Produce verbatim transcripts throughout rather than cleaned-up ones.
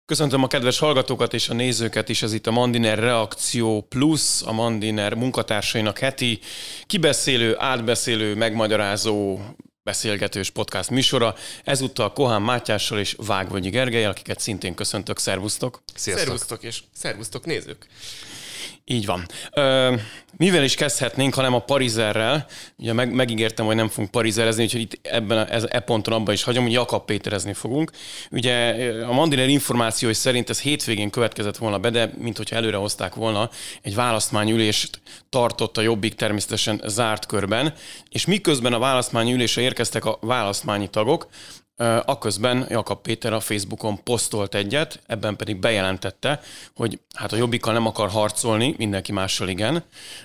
Köszöntöm a kedves hallgatókat és a nézőket is, ez itt a Mandiner Reakció Plus, a Mandiner munkatársainak heti kibeszélő, átbeszélő, megmagyarázó, beszélgetős podcast műsora. Ezúttal Kohán Mátyással és Vágvölgyi Gergellyel, akiket szintén köszöntök. Szervusztok! Sziasztok. Szervusztok és szervusztok nézők! Így van. Ö, mivel is kezdhetnénk, hanem a parizerrel. Ugye meg, megígértem, hogy nem fogunk parizerezni, úgyhogy itt ebben a, ez, e ponton abban is hagyom, hogy Jakab Péterezni fogunk. Ugye a Mandiner információi szerint ez hétvégén következett volna be, de minthogyha előre hozták volna, egy választmányülést tartott a Jobbik természetesen zárt körben, és miközben a választmányi ülésre érkeztek a választmányi tagok, aközben Jakab Péter a Facebookon posztolt egyet, ebben pedig bejelentette, hogy hát a Jobbikkal nem akar harcolni, mindenki mással igen.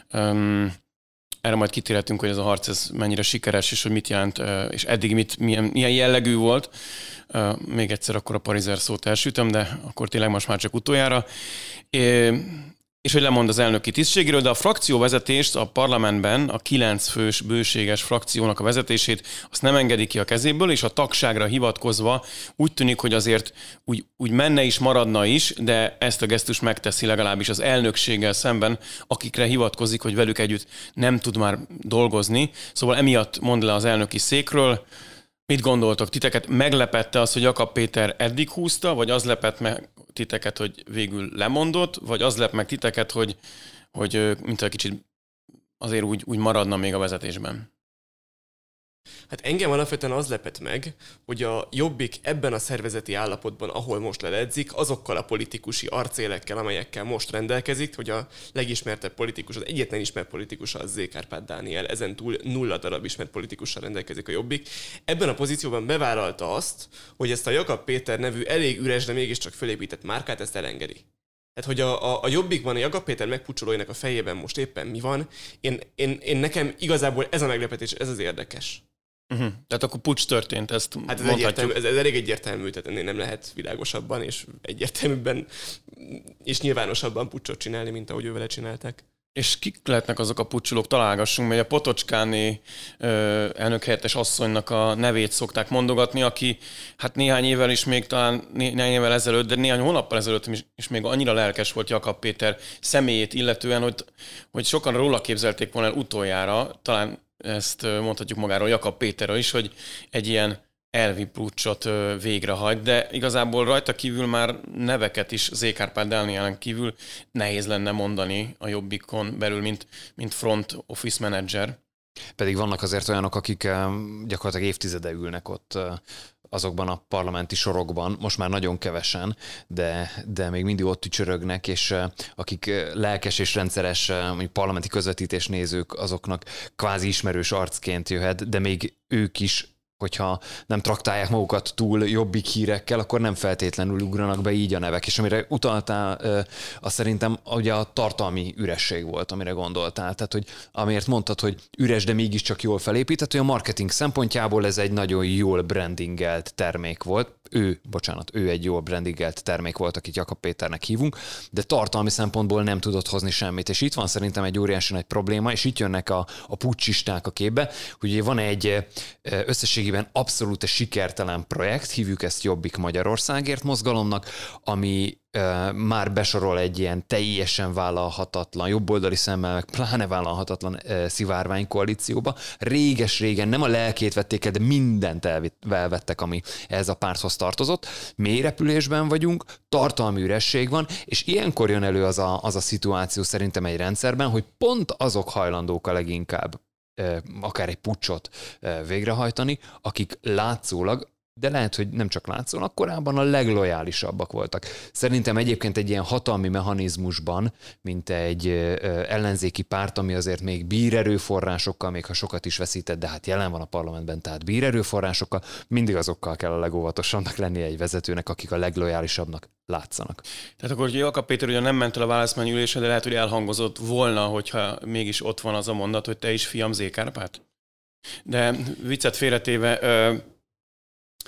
Erre majd kitérhetünk, hogy ez a harc ez mennyire sikeres, és hogy mit jelent, és eddig mit, milyen, milyen jellegű volt. Még egyszer akkor a parizer szót elsütöm, de akkor tényleg most már csak utoljára. És hogy lemond az elnöki tisztségéről, de a frakcióvezetést a parlamentben, a kilenc fős bőséges frakciónak a vezetését azt nem engedi ki a kezéből, és a tagságra hivatkozva úgy tűnik, hogy azért úgy, úgy menne is, maradna is, de ezt a gesztus megteszi legalábbis az elnökséggel szemben, akikre hivatkozik, hogy velük együtt nem tud már dolgozni. Szóval emiatt mond le az elnöki székről. Mit gondoltok? Titeket meglepette az, hogy Jakab Péter eddig húzta, vagy az lepett meg titeket, hogy végül lemondott, vagy az lep meg titeket, hogy, hogy mint egy kicsit azért úgy, úgy maradna még a vezetésben? Hát engem alapvetően az lepett meg, hogy a Jobbik ebben a szervezeti állapotban, ahol most leledzik, azokkal a politikusi arcélekkel, amelyekkel most rendelkezik, hogy a legismertebb politikus, az egyetlen ismert politikus az Zé. Kárpát Dániel, ezen túl nulla darab ismert politikussal rendelkezik a Jobbik. Ebben a pozícióban bevállalta azt, hogy ezt a Jakab Péter nevű elég üres, de mégiscsak fölépített márkát, ezt elengedi. Tehát, hogy a, a, a Jobbikban a Jakab Péter megpucsolóinak a fejében most éppen mi van, én, én, én nekem igazából ez a meglepetés, ez az érdekes. Uh-huh. Tehát akkor puccs történt, ezt hát ez mondhatjuk. Ez, ez elég egyértelmű, tehát ennél nem lehet világosabban és egyértelműbben és nyilvánosabban puccsot csinálni, mint ahogy ő vele csinálták. És kik lehetnek azok a pucsolók, találgassunk, mert a Potocskáné elnökhelyettes asszonynak a nevét szokták mondogatni, aki hát néhány évvel is még talán néhány évvel ezelőtt, de néhány hónappal ezelőtt is, is még annyira lelkes volt Jakab Péter személyét illetően, hogy, hogy sokan róla képzelték volna el utoljára, talán ezt mondhatjuk magáról Jakab Péterről is, hogy egy ilyen elvi puccsot végrehajt, de igazából rajta kívül már neveket is Zé. Kárpát Dánielen kívül nehéz lenne mondani a Jobbikon belül, mint, mint front office manager. Pedig vannak azért olyanok, akik gyakorlatilag évtizede ülnek ott azokban a parlamenti sorokban, most már nagyon kevesen, de, de még mindig ott tücsörögnek, és akik lelkes és rendszeres parlamenti közvetítés nézők, azoknak kvázi ismerős arcként jöhet, de még ők is, hogyha nem traktálják magukat túl Jobbik hírekkel, akkor nem feltétlenül ugranak be így a nevek. És amire utaltál, az szerintem ugye a tartalmi üresség volt, amire gondoltál. Tehát, hogy amiért mondtad, hogy üres, de mégiscsak jól felépített, hogy a marketing szempontjából ez egy nagyon jól brandingelt termék volt. Ő, bocsánat, ő egy jól brandingelt termék volt, akit Jakab Péternek hívunk, de tartalmi szempontból nem tudott hozni semmit. És itt van szerintem egy óriási nagy probléma, és itt jönnek a, a puccsisták a képbe, hogy van egy összességében abszolút sikertelen projekt, hívjuk ezt Jobbik Magyarországért mozgalomnak, ami uh, már besorol egy ilyen teljesen vállalhatatlan, jobboldali szemmel, meg pláne vállalhatatlan uh, szivárványkoalícióba. Réges-régen nem a lelkét vették el, de mindent elvettek, ami ehhez a párthoz tartozott. Mélyrepülésben vagyunk, tartalmi üresség van, és ilyenkor jön elő az a, az a szituáció szerintem egy rendszerben, hogy pont azok hajlandók a leginkább akár egy puccsot végrehajtani, akik látszólag, de lehet, hogy nem csak látszólag, korábban a leglojálisabbak voltak. Szerintem egyébként egy ilyen hatalmi mechanizmusban, mint egy ellenzéki párt, ami azért még bír erőforrásokkal, még ha sokat is veszített, de hát jelen van a parlamentben, tehát bír erőforrásokkal, mindig azokkal kell a legóvatosabbnak lennie egy vezetőnek, akik a leglojálisabbnak látszanak. Tehát akkor, hogy Jakab Péter ugye nem ment el a választmányülésre, de lehet, hogy elhangozott volna, hogyha mégis ott van az a mondat, hogy te is fiam Zé. Kárpát? De viccet félretéve,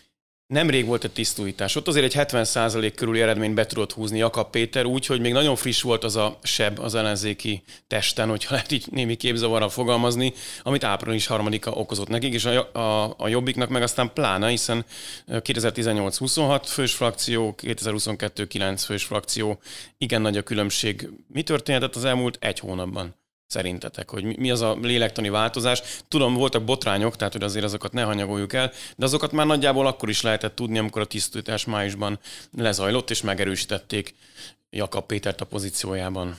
Nemrég volt egy tisztújítás. Ott azért egy hetven százalék körüli eredményt be tudott húzni Jakab Péter úgy, hogy még nagyon friss volt az a seb az ellenzéki testen, hogyha lehet így némi képzavarral fogalmazni, amit április harmadika okozott nekik, és a, a, a Jobbiknak meg aztán pláne, hiszen kétezer-tizennyolc huszonhat fős frakció, kétezer-huszonkettő kilenc fős frakció, igen nagy a különbség. Mi történhetett az elmúlt egy hónapban? Szerintetek, hogy mi az a lélektani változás? Tudom, voltak botrányok, tehát hogy azért azokat ne hanyagoljuk el, de azokat már nagyjából akkor is lehetett tudni, amikor a tisztújítás májusban lezajlott, és megerősítették Jakab Pétert a pozíciójában.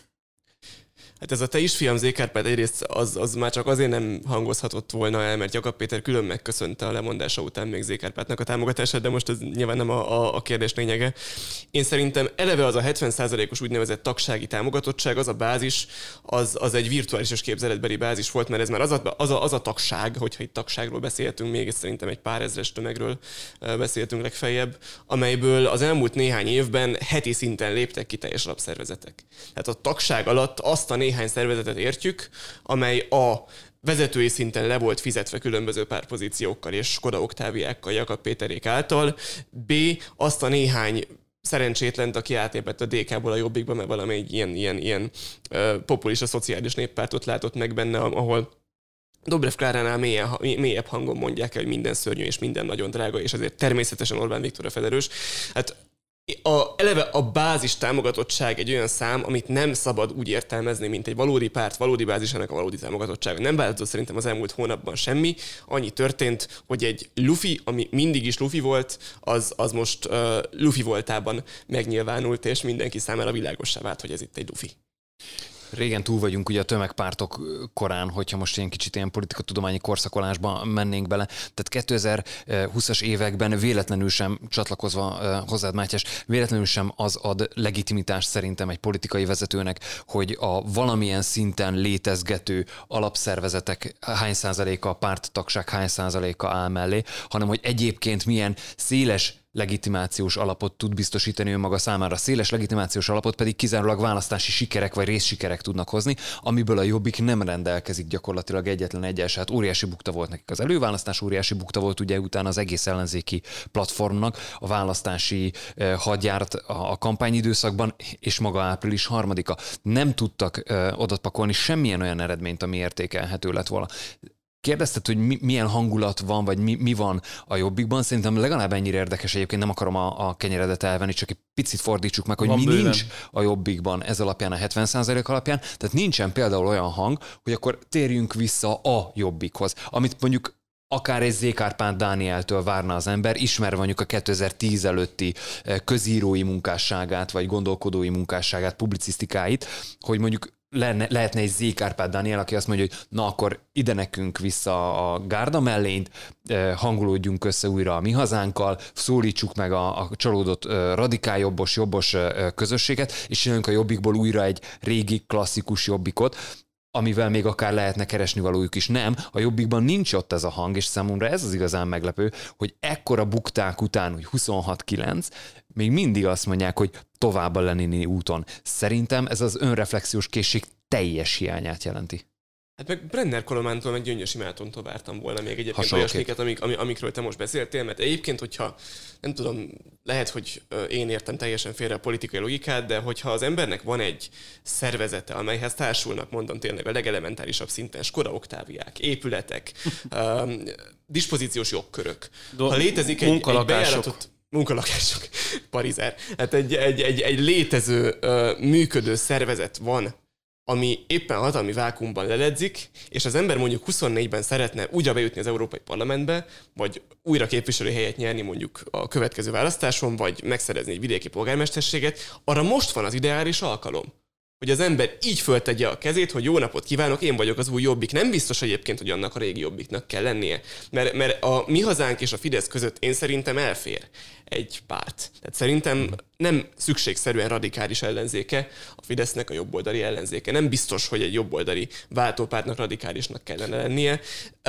Hát ez a te is, fiam, Zékárpád egyrészt az, az már csak azért nem hangozhatott volna el, mert Jakab Péter külön megköszönte a lemondása után még Zékárpádnak a támogatását, de most ez nyilván nem a, a, a kérdés lényege. Én szerintem eleve az a hetven százalékos úgynevezett tagsági támogatottság, az a bázis, az, az egy virtuális és képzeletbeli bázis volt, mert ez már az a, az, a, az a tagság, hogyha itt tagságról beszéltünk, még szerintem egy pár ezres tömegről beszéltünk legfeljebb, amelyből az elmúlt néhány évben heti szinten léptek ki teljes alapszervezetek. Tehát a tagság alatt azt a néhány szervezetet értjük, amely a vezetői szinten le volt fizetve különböző párpozíciókkal és Skoda Oktáviákkal Jakab Péterék által, B. azt a néhány szerencsétlent, aki átépett a dé ká-ból a Jobbikba, mert valami ilyen, ilyen, ilyen uh, populista szociális néppártot látott meg benne, ahol Dobrev Kláránál mélyen, mélyebb hangon mondják el, hogy minden szörnyű és minden nagyon drága, és azért természetesen Orbán Viktor a felelős. Hát A, eleve a bázis támogatottság egy olyan szám, amit nem szabad úgy értelmezni, mint egy valódi párt, valódi bázisának a valódi támogatottság. Nem változott szerintem az elmúlt hónapban semmi. Annyi történt, hogy egy lufi, ami mindig is lufi volt, az, az most uh, lufi voltában megnyilvánult, és mindenki számára világossá vált, hogy ez itt egy lufi. Régen túl vagyunk ugye a tömegpártok korán, hogyha most ilyen kicsit ilyen politikatudományi korszakolásba mennénk bele. Tehát kétezer-húszas években véletlenül sem, csatlakozva hozzád, Mátyás, véletlenül sem az ad legitimitást szerintem egy politikai vezetőnek, hogy a valamilyen szinten létezgető alapszervezetek hány százaléka, a párttagság hány százaléka áll mellé, hanem hogy egyébként milyen széles legitimációs alapot tud biztosítani önmaga számára. Széles legitimációs alapot pedig kizárólag választási sikerek vagy részsikerek tudnak hozni, amiből a Jobbik nem rendelkezik gyakorlatilag egyetlen egyes. Hát óriási bukta volt nekik az előválasztás, óriási bukta volt ugye utána az egész ellenzéki platformnak, a választási eh, hadjárat a, a kampányidőszakban, és maga április harmadika. Nem tudtak eh, odapakolni semmilyen olyan eredményt, ami értékelhető lett volna. Kérdezted, hogy mi, milyen hangulat van, vagy mi, mi van a Jobbikban. Szerintem legalább ennyire érdekes, egyébként nem akarom a, a kenyeredet elvenni, csak egy picit fordítsuk meg, hogy van mi bőven nincs a Jobbikban ez alapján, a hetven százalék alapján. Tehát nincsen például olyan hang, hogy akkor térjünk vissza a Jobbikhoz, amit mondjuk akár egy Zékárpád Dánieltől várna az ember, ismerve mondjuk a kétezer-tíz előtti közírói munkásságát, vagy gondolkodói munkásságát, publicisztikáit, hogy mondjuk Lenne, lehetne egy Zékárpád Dániel, aki azt mondja, hogy na akkor ide nekünk vissza a gárda mellényt, hangolódjunk össze újra a mi hazánkkal, szólítsuk meg a, a csalódott radikáljobbos, jobbos közösséget, és csináljunk a Jobbikból újra egy régi, klasszikus Jobbikot, amivel még akár lehetne keresni valójuk is. Nem, a Jobbikban nincs ott ez a hang, és számomra ez az igazán meglepő, hogy ekkora bukták után, hogy huszonhat kilenc, még mindig azt mondják, hogy tovább a Lenini úton. Szerintem ez az önreflexiós készség teljes hiányát jelenti. Hát meg Brenner Kolomántól, meg Gyöngyösi Mátontól vártam volna még egyébként olyasmiket, amik, amikről te most beszéltél, mert egyébként, hogyha nem tudom, lehet, hogy én értem teljesen félre a politikai logikát, de hogyha az embernek van egy szervezete, amelyhez társulnak, mondom tényleg a legelementárisabb szinten Skoda Oktáviák, épületek, um, dispozíciós jogkörök. Do- ha létezik egy, egy bejáratott munkalakások, parizer, hát egy, egy, egy, egy létező, uh, működő szervezet van, ami éppen hatalmi vákuumban leledzik, és az ember mondjuk huszonnégyben szeretne újra bejutni az Európai Parlamentbe, vagy újra képviselő helyet nyerni mondjuk a következő választáson, vagy megszerezni egy vidéki polgármesterséget, arra most van az ideális alkalom, hogy az ember így föltegye a kezét, hogy jó napot kívánok, én vagyok az új Jobbik. Nem biztos egyébként, hogy annak a régi Jobbiknak kell lennie. Mert, mert a Mi Hazánk és a Fidesz között én szerintem elfér egy párt. Tehát szerintem nem szükségszerűen radikális ellenzéke a Fidesznek a jobboldali ellenzéke. Nem biztos, hogy egy jobboldali váltópártnak radikálisnak kellene lennie.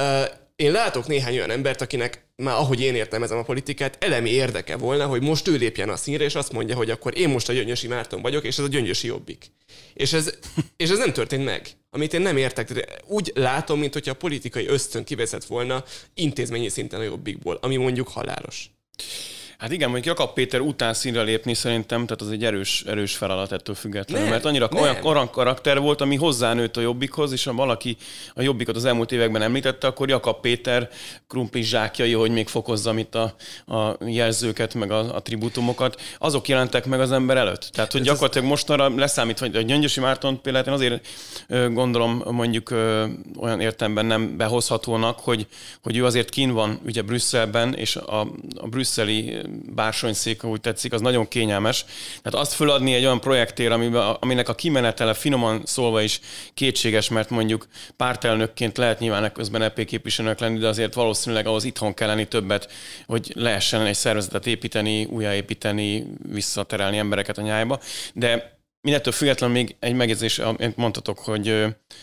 Én látok néhány olyan embert, akinek már ahogy én értelmezem a politikát, elemi érdeke volna, hogy most ő lépjen a színre, és azt mondja, hogy akkor én most a Gyöngyösi Márton vagyok, és ez a Gyöngyösi Jobbik. És ez, és ez nem történt meg. Amit én nem értek. Úgy látom, mint hogyha a politikai ösztön kiveszett volna intézményi szinten a Jobbikból, ami mondjuk halálos. Hát igen, mondjuk Jakab Péter után színre lépni szerintem, tehát az egy erős, erős feladat ettől függetlenül, Nem, mert annyira nem. olyan, olyan karakter volt, ami hozzánőtt a Jobbikhoz, és ha valaki a Jobbikot az elmúlt években említette, akkor Jakab Péter krumplis zsákjai, hogy még fokozzam itt a, a jelzőket, meg a, a tributumokat, azok jelentek meg az ember előtt. Tehát, hogy gyakorlatilag mostanra leszámítva, hogy a Gyöngyösi Márton például azért gondolom mondjuk olyan értelemben nem behozhatónak, hogy, hogy ő azért kín van ugye Brüsszelben, és a, a brüsszeli bársonyszék, ahogy tetszik, az nagyon kényelmes. Tehát azt föladni egy olyan projektért, aminek a kimenetele finoman szólva is kétséges, mert mondjuk pártelnökként lehet nyilván közben é pé képviselőnek lenni, de azért valószínűleg ahhoz itthon kell lenni többet, hogy lehessen egy szervezetet építeni, újjáépíteni, visszaterelni embereket a nyájba. De mindettől függetlenül még egy megjegyzés, amit mondhatok, hogy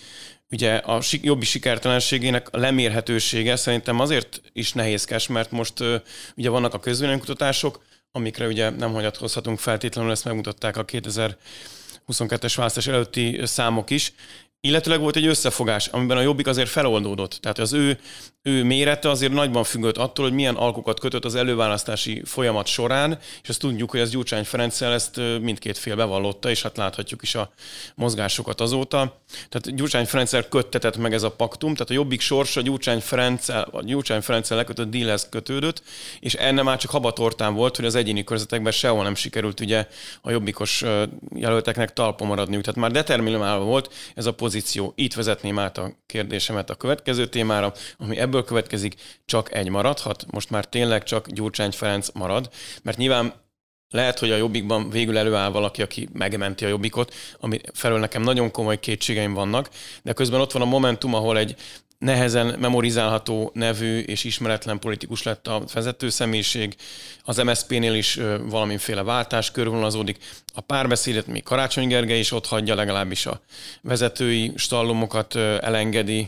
ugye a Jobbi sikertelenségének a lemérhetősége szerintem azért is nehézkes, mert most ugye vannak a közvéleménykutatások, amikre ugye nem hagyatkozhatunk feltétlenül, ezt megmutatták a kétezer-huszonkettes választás előtti számok is, illetőleg volt egy összefogás, amiben a Jobbik azért feloldódott. Tehát az ő, ő mérete azért nagyban függött attól, hogy milyen alkukat kötött az előválasztási folyamat során, és azt tudjuk, hogy az Gyurcsány Ferenccel ezt mindkét fél bevallotta, és hát láthatjuk is a mozgásokat azóta. Tehát Gyurcsány Ferenccel köttetett meg ez a paktum, tehát a Jobbik sorsa Gyurcsány Ferenccel, a Gyurcsány Ferenccel lekötött dílhez kötődött, és ennek már csak habatortán volt, hogy az egyéni körzetekben sehol nem sikerült ugye a jobbikos jelölteknek talpon maradniuk. Tehát már determinálva volt ez a pozíció. Itt vezetném át a kérdésemet a következő témára, ami ebből következik, csak egy maradhat. Most már tényleg csak Gyurcsány Ferenc marad, mert nyilván lehet, hogy a Jobbikban végül előáll valaki, aki megmenti a Jobbikot, ami felől nekem nagyon komoly kétségeim vannak, de közben ott van a Momentum, ahol egy nehezen memorizálható nevű és ismeretlen politikus lett a vezető személyiség. Az em es zé pé-nél is valamiféle váltás körvonalazódik. A Párbeszédet még Karácsony Gergely is ott hagyja, legalábbis a vezetői stallumokat elengedi.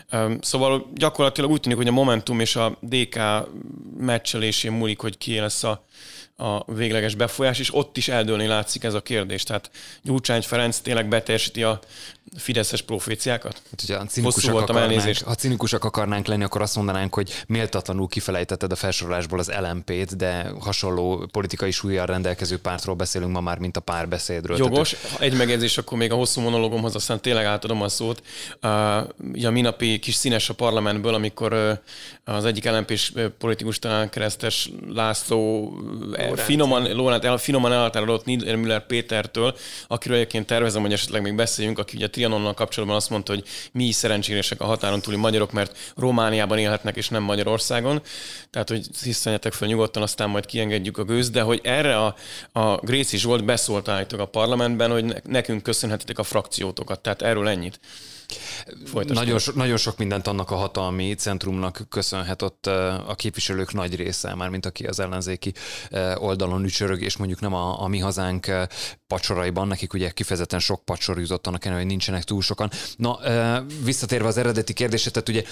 Szóval gyakorlatilag úgy tűnik, hogy a Momentum és a dé ká meccselésén múlik, hogy ki lesz a, a végleges befolyás, és ott is eldőlni látszik ez a kérdés. Tehát Gyurcsány Ferenc tényleg beteljesíti a fideszes proféciákat? Hát, hogyha cinikusak voltam, akarnánk, ha cinikusak akarnánk lenni, akkor azt mondanánk, hogy méltatlanul kifelejtetted a felsorolásból az el em pét, de hasonló politikai súllyal rendelkező pártról beszélünk ma már, mint a Párbeszédről. Jogos. Tehát, egy megjegyzés, akkor még a hosszú monológomhoz, aztán tényleg átadom a szót. Uh, ugye a minapi kis színes a parlamentből, amikor uh, az egyik el em pés politikus, talán Keresztes László Lóránc. finoman, Lóránc, finoman elhatárolott Niedermüller Pétertől, akiről egyébként tervezem, hogy esetleg még beszéljünk, aki ugye Trianonnal kapcsolatban azt mondta, hogy mi is szerencsések a határon túli magyarok, mert Romániában élhetnek, és nem Magyarországon. Tehát, hogy hisztenjetek fel nyugodtan, aztán majd kiengedjük a gőzt, de hogy erre a, a Gréci Zsolt beszólt állítólag a parlamentben, hogy nekünk köszönhetitek a frakciótokat. Tehát erről ennyit. Nagyon, so, nagyon sok mindent annak a hatalmi centrumnak köszönhet ott a képviselők nagy része, már mint aki az ellenzéki oldalon ücsörög, és mondjuk nem a, a mi hazánk pacsoraiban, nekik ugye kifejezetten sok pacsor jutott annak ellenére, hogy nincsenek túl sokan. Na, visszatérve az eredeti kérdésre, tehát ugye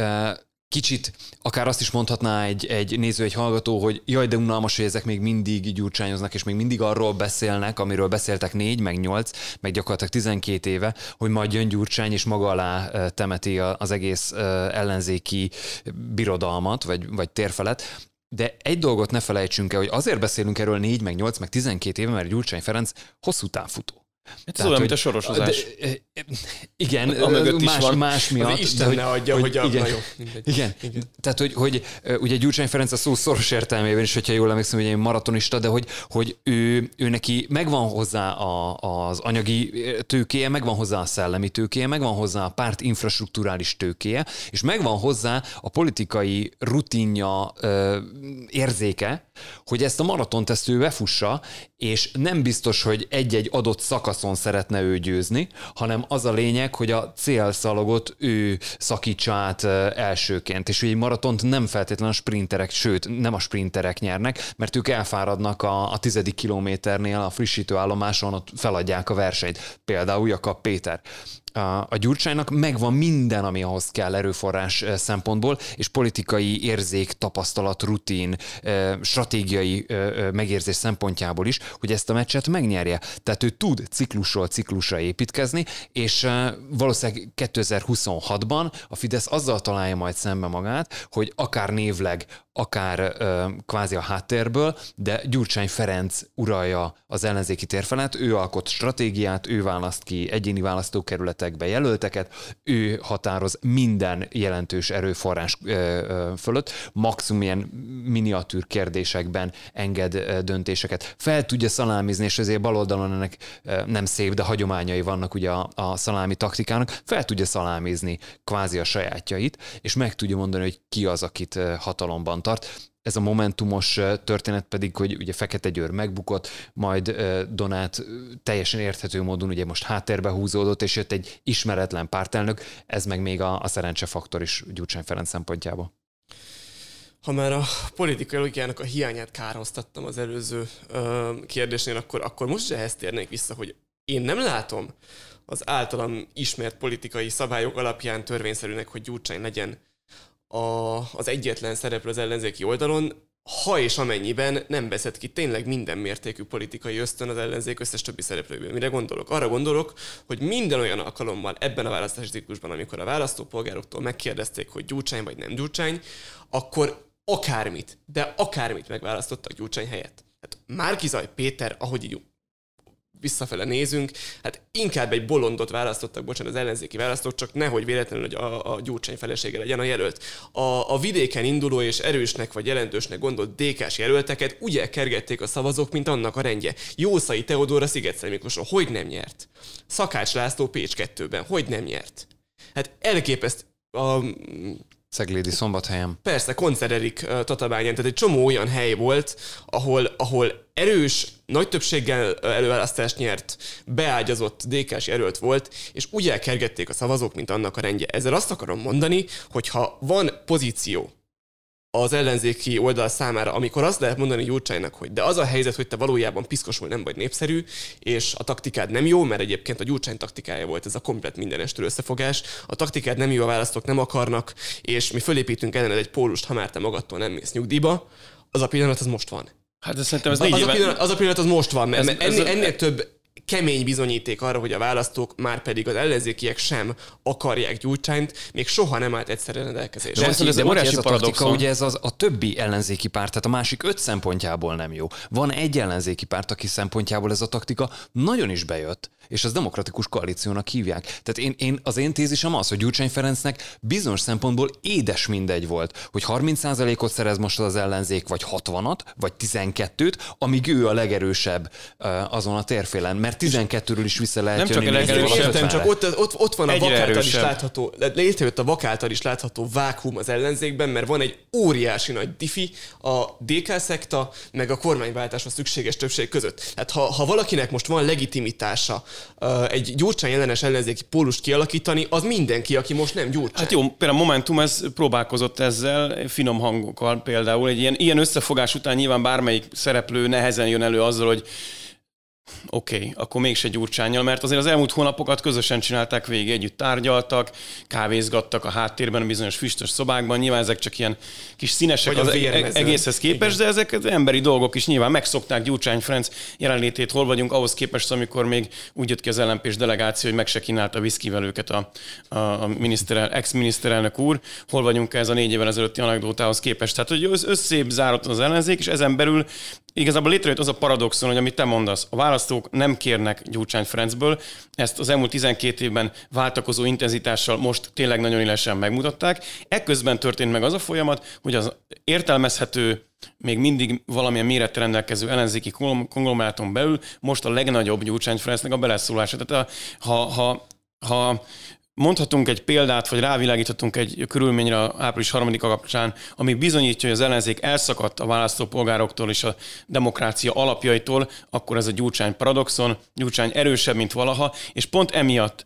kicsit akár azt is mondhatná egy, egy néző, egy hallgató, hogy jaj, de unalmas, hogy ezek még mindig gyurcsányoznak, és még mindig arról beszélnek, amiről beszéltek négy, meg nyolc, meg gyakorlatilag tizenkét éve, hogy majd jön Gyurcsány, és maga alá temeti az egész ellenzéki birodalmat, vagy, vagy térfelet. De egy dolgot ne felejtsünk el, hogy azért beszélünk erről négy, meg nyolc, meg tizenkét éve, mert Gyurcsány Ferenc hosszú távfutó. Ez olyan, mint a sorosozás. De, igen, a más, van. más miatt. Isten ne adja, hogy, hogy a... Igen, jó, igen. igen. Tehát, hogy, hogy ugye Gyurcsány Ferenc a szó szoros értelmében is, hogyha jól emlékszem, hogy egy maratonista, de hogy, hogy ő, ő neki megvan hozzá a, az anyagi tőkéje, megvan hozzá a szellemi tőkéje, megvan hozzá a párt infrastrukturális tőkéje, és megvan hozzá a politikai rutinja, érzéke, hogy ezt a maratont ezt ő befussa, és nem biztos, hogy egy-egy adott szakaszon szeretne ő győzni, hanem az a lényeg, hogy a célszalagot ő szakítsa át elsőként. És egy maratont nem feltétlenül a sprinterek, sőt, nem a sprinterek nyernek, mert ők elfáradnak a, a tizedik kilométernél a frissítőállomáson, ott feladják a versenyt. Például Jakab Péter. a Gyurcsánynak megvan minden, ami ahhoz kell erőforrás szempontból, és politikai érzék, tapasztalat, rutin, stratégiai megérzés szempontjából is, hogy ezt a meccset megnyerje. Tehát ő tud ciklusról ciklusra építkezni, és valószínűleg kétezer-huszonhatban a Fidesz azzal találja majd szembe magát, hogy akár névleg, akár kvázi a háttérből, de Gyurcsány Ferenc uralja az ellenzéki térfelet, ő alkot stratégiát, ő választ ki egyéni választókerületekbe jelölteket, ő határoz minden jelentős erőforrás fölött, maximum ilyen miniatűr kérdésekben enged döntéseket. Fel tudja szalámizni, és ezért baloldalon ennek nem szép, de hagyományai vannak ugye a, a szalámi taktikának, fel tudja szalámizni kvázi a sajátjait, és meg tudja mondani, hogy ki az, akit hatalomban tart. Ez a momentumos történet pedig, hogy ugye Fekete Győr megbukott, majd Donát teljesen érthető módon ugye most háttérbe húzódott, és jött egy ismeretlen pártelnök, ez meg még a, a szerencsefaktor is Gyurcsány Ferenc szempontjából. Ha már a politikai logikának a hiányát kárhoztattam az előző ö, kérdésnél, akkor, akkor most se ehhez térnék vissza, hogy én nem látom az általam ismert politikai szabályok alapján törvényszerűnek, hogy Gyurcsány legyen a, az egyetlen szereplő az ellenzéki oldalon, ha és amennyiben nem veszed ki tényleg minden mértékű politikai ösztön az ellenzék összes többi szereplőből. Mire gondolok? Arra gondolok, hogy minden olyan alkalommal ebben a választási ciklusban, amikor a választópolgároktól megkérdezték, hogy Gyurcsány vagy nem Gyurcsány, akkor akármit, de akármit megválasztottak Gyurcsány helyett. Hát Márki-Zay Péter, ahogy így visszafele nézünk, hát inkább egy bolondot választottak, bocsánat, az ellenzéki választók, csak nehogy véletlenül, hogy a, a Gyurcsány felesége legyen a jelölt. A, a vidéken induló és erősnek vagy jelentősnek gondolt dé ká-s jelölteket úgy elkergették a szavazók, mint annak a rendje. Jószai Teodór a Szigetszeli Miklóson, hogy nem nyert? Szakács László Pécs kettőben, hogy nem nyert? Hát elképeszt a... Ceglédi Szombathelyen. Persze, Konczer-Erik uh, Tatabányán, tehát egy csomó olyan hely volt, ahol, ahol erős, nagy többséggel előválasztást nyert, beágyazott dé ká-s jelölt volt, és úgy elkergették a szavazók, mint annak a rendje. Ezzel azt akarom mondani, hogy ha van pozíció az ellenzéki oldal számára, amikor azt lehet mondani Gyurcsánynak, hogy de az a helyzet, hogy te valójában piszkosul nem vagy népszerű, és a taktikád nem jó, mert egyébként a Gyurcsány taktikája volt ez a komplet mindenestől összefogás, a taktikád nem jó, a választók nem akarnak, és mi fölépítünk ellened egy pólust, ha már te magadtól nem mész nyugdíjba, az a pillanat az most van. Hát ez szerintem ez az, négy az, éve... a pillanat, az a pillanat az most van, mert ez, ennél, ez, ennél több kemény bizonyíték arra, hogy a választók, már pedig az ellenzékiek sem akarják Gyurcsányt, még soha nem állt egyszerre rendelkezésre. De, de, de, de ez a taktika, ugye ez az, a többi ellenzéki párt, tehát a másik öt szempontjából nem jó. Van egy ellenzéki párt, aki szempontjából ez a taktika nagyon is bejött, és az demokratikus koalíciónak hívják. Tehát én, én, az én tézisem az, hogy Gyurcsány Ferencnek bizonyos szempontból édes mindegy volt, hogy harminc százalékot szerez most az ellenzék, vagy hatvanat, vagy tizenkettőt, amíg ő a legerősebb azon a térfélen, mert tizenkettőről is vissza lehet nem jönni. Csak a legerősebb, értem, csak ott, ott, ott van a Egyre vak által erősebb. is látható, létrejött a vak által is látható vákuum az ellenzékben, mert van egy óriási nagy diffi a dé ká szekta, meg a kormányváltáshoz szükséges többség között. Tehát ha, ha valakinek most van legitimitása egy Gyurcsány ellenes ellenzéki pólust kialakítani, az mindenki, aki most nem Gyurcsány. Hát jó, például a Momentum ez próbálkozott ezzel, finom hangokkal például. Egy ilyen, ilyen összefogás után nyilván bármelyik szereplő nehezen jön elő azzal, hogy oké, okay, akkor mégse Gyurcsánnyal, mert azért az elmúlt hónapokat közösen csinálták végig, együtt tárgyaltak, kávézgattak a háttérben, a bizonyos füstös szobákban, nyilván ezek csak ilyen kis színesek az egészhez képest, de ezek az emberi dolgok is nyilván megszokták Gyurcsány Ferenc jelenlétét, hol vagyunk ahhoz képest, amikor még úgy jött ki az el em pés delegáció, hogy meg se kínálta viszkivel őket a, a miniszterel, ex-miniszterelnök úr, hol vagyunk ez a négy évvel ezelőtti anekdótához képest. Tehát, hogy összébb zárott az ellenzék, és ezen belül igazából létrejött az a paradoxon, hogy amit te mondasz, a választók nem kérnek Gyurcsány Ferencből, ezt az elmúlt tizenkét évben váltakozó intenzitással most tényleg nagyon élesen megmutatták. Ekközben történt meg az a folyamat, hogy az értelmezhető, még mindig valamilyen mérettel rendelkező ellenzéki konglomeráton belül most a legnagyobb Gyurcsány Ferencnek a beleszólása. Tehát a, ha, ha, ha mondhatunk egy példát, vagy rávilágíthatunk egy körülményre április harmadika kapcsán, ami bizonyítja, hogy az ellenzék elszakadt a választópolgároktól és a demokrácia alapjaitól, akkor ez a Gyurcsány paradoxon, Gyurcsány erősebb, mint valaha, és pont emiatt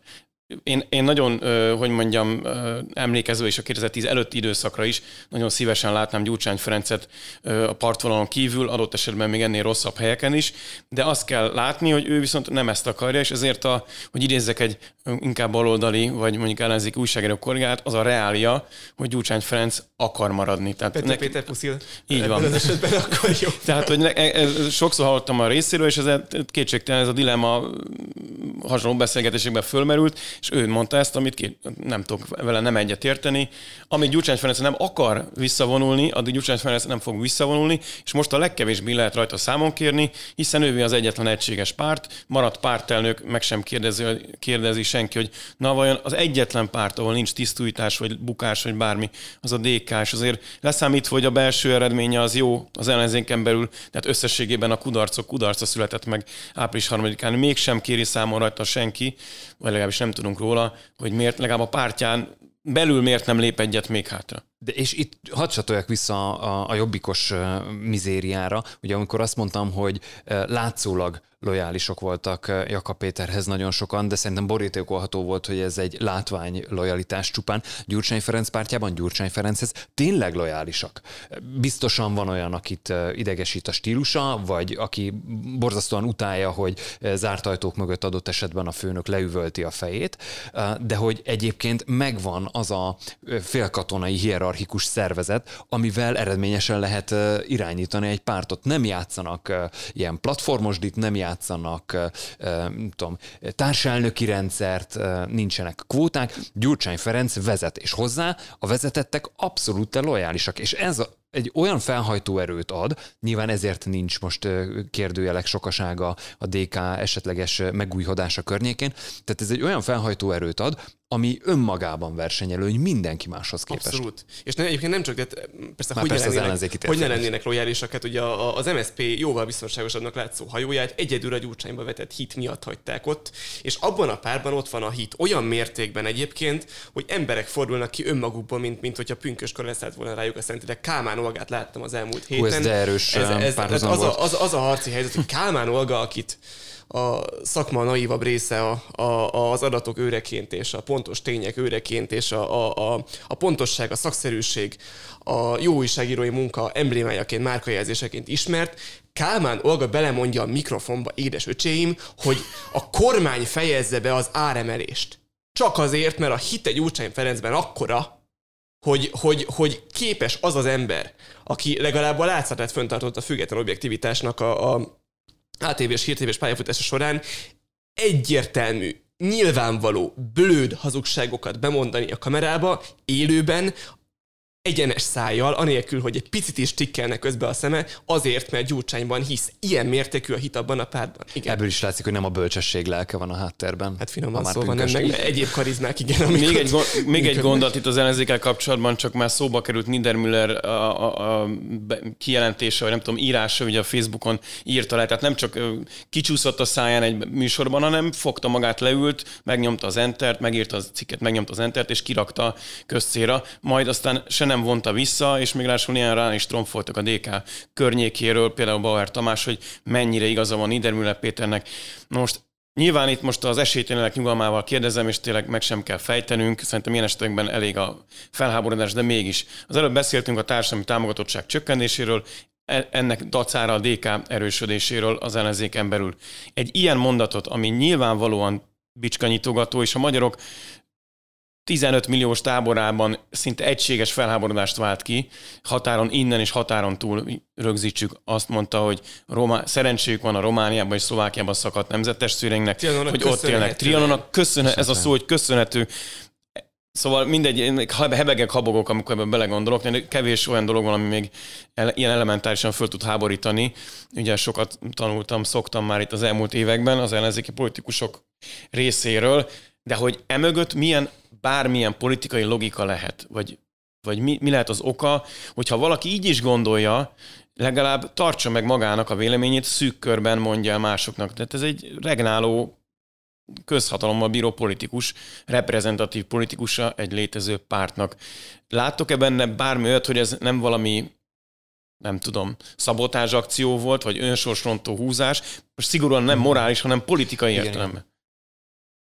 Én, én nagyon, hogy mondjam, emlékező és a kétezer-tíz előtti időszakra is nagyon szívesen látnám Gyurcsány Ferencet a partvonalon kívül, adott esetben még ennél rosszabb helyeken is, de azt kell látni, hogy ő viszont nem ezt akarja, és ezért, a, hogy idézzek egy inkább baloldali, vagy mondjuk ellenzéki újságíró kollégát, az a reália, hogy Gyurcsány Ferenc akar maradni. Tehát Peter, neki... Péter puszil. Így van. Az esetben akkor jó. Tehát, hogy ne, ez, sokszor hallottam a részéről, és ez kétségtelen ez a dilemma hasonló beszélgetésekben fölmerült, és ő mondta ezt, amit ki, nem tudok vele nem egyet érteni. Amíg Gyurcsány Ferenc nem akar visszavonulni, addig Gyurcsány Ferenc nem fog visszavonulni, és most a legkevésbé lehet rajta számon kérni, hiszen ő az egyetlen egységes párt, maradt pártelnök, meg sem kérdezi, kérdezi senki, hogy na vajon az egyetlen párt, ahol nincs tisztújtás, vagy bukás, vagy bármi, az a dé ká, és azért leszámítva, hogy a belső eredménye az jó az ellenzéken belül, tehát összességében a kudarcok kudarca született meg április harmadikán, mégsem kéri számon rajta senki, vagy legalábbis nem tudunk róla, hogy miért, legalább a pártján belül miért nem lép egyet még hátra. De és itt hadd csatoljak vissza a, a jobbikos mizériára, ugye amikor azt mondtam, hogy látszólag lojálisok voltak Jakab Péterhez nagyon sokan, de szerintem borítékolható volt, hogy ez egy látvány lojalitás csupán. Gyurcsány Ferenc pártjában Gyurcsány Ferenchez tényleg lojálisak. Biztosan van olyan, akit idegesít a stílusa, vagy aki borzasztóan utálja, hogy zárt ajtók mögött adott esetben a főnök leüvölti a fejét, de hogy egyébként megvan az a félkatonai hierarchikus szervezet, amivel eredményesen lehet irányítani egy pártot. Nem játszanak ilyen platformosdit, nem játszanak játszanak, nem tudom, társelnöki rendszert, nincsenek kvóták. Gyurcsány Ferenc vezet, és hozzá a vezetettek abszolút lojálisak. És ez a egy olyan felhajtó erőt ad, nyilván ezért nincs most kérdőjelek sokasága a dé ká esetleges megújhodása környékén, tehát ez egy olyan felhajtó erőt ad, ami önmagában versenyelő, hogy mindenki máshoz képest. Abszolút. És ne, egyébként nem csak, de persze, hogy, persze ne lennének, hogy ne lennének lojálisak, hát ugye az em es zé pé jóval biztonságosabbnak látszó hajóját egyedül a Gyurcsányba vetett hit miatt hagyták ott, és abban a párban ott van a hit olyan mértékben egyébként, hogy emberek fordulnak ki önmagukból, mint, mint hogyha pünköskor leszállt volna rájuk a szent, de Kálmán Olgát láttam az elmúlt héten. Hú, ez de erős ez, ez, ez, az, a, az, az a harci helyzet, hogy Kálmán Olga, akit a szakma naívabb része a, a, az adatok őreként és a pontos tények őreként és a, a, a pontosság, a szakszerűség, a jó újságírói munka emblémájaként, márkajelzéseként ismert, Kálmán Olga belemondja a mikrofonba, édes öcséim, hogy a kormány fejezze be az áremelést. Csak azért, mert a hite Gyurcsány Ferencben akkora, hogy, hogy, hogy képes az az ember, aki legalább a látszatát föntartott a független objektivitásnak a, a á té vés, hírtévés pályafutása során egyértelmű, nyilvánvaló, blőd hazugságokat bemondani a kamerába, élőben, egyenes szájjal, anélkül, hogy egy picit is tikkelne közbe a szeme, azért, mert Gyurcsányban hisz. Ilyen mértékű a hit abban a pártban. Igen. Ebből is látszik, hogy nem a bölcsesség lelke van a háttérben. Hát finoman szóval nem, meg egyéb karizmák, igen. Még egy, gond, még egy gondolat itt az ellenzékkel kapcsolatban, csak már szóba került Niedermüller a, a, a kijelentése, vagy nem tudom, írása, ugye a Facebookon írta le, tehát nem csak kicsúszott a száján egy műsorban, hanem fogta magát, leült, megnyomta az entert, megírta az cikket, megnyomta az entert, és kirakta közcélra, majd aztán se nem vonta vissza, és még ráadásul ilyen rá is tromfoltak a dé ká környékéről, például Bauer Tamás, hogy mennyire igaza van Niedermüller Péternek. Most nyilván itt most az esélytelenek nyugalmával kérdezem, és tényleg meg sem kell fejtenünk, szerintem ilyen esetekben elég a felháborodás, de mégis. Az előbb beszéltünk a társadalmi támogatottság csökkenéséről, ennek dacára a dé ká erősödéséről az ellenzéken belül. Egy ilyen mondatot, ami nyilvánvalóan bicskanyitogató, és a magyarok tizenöt milliós táborában szinte egységes felháborodást vált ki, határon innen és határon túl rögzítsük. Azt mondta, hogy Roma, szerencséjük van a Romániában és Szlovákiában szakadt nemzettestvéreinknek, hogy ott élnek. Trianonnak köszönhető, ez a szó, hogy köszönhető. Szóval mindegy, hebegek, habogok, amikor ebben belegondolok, de kevés olyan dolog van, ami még ilyen elementárisan föl tud háborítani. Ugye sokat tanultam, szoktam már itt az elmúlt években az ellenzéki politikusok részéről, de hogy emögött milyen bármilyen politikai logika lehet, vagy, vagy mi, mi lehet az oka, hogyha valaki így is gondolja, legalább tartsa meg magának a véleményét, szűk körben mondja el másoknak. Tehát ez egy regnáló, közhatalommal bíró politikus, reprezentatív politikusa egy létező pártnak. Láttok-e benne bármi olyat, hogy ez nem valami, nem tudom, szabotázs akció volt, vagy önsorsrontó húzás, most szigorúan nem morális, hanem politikai értelemben?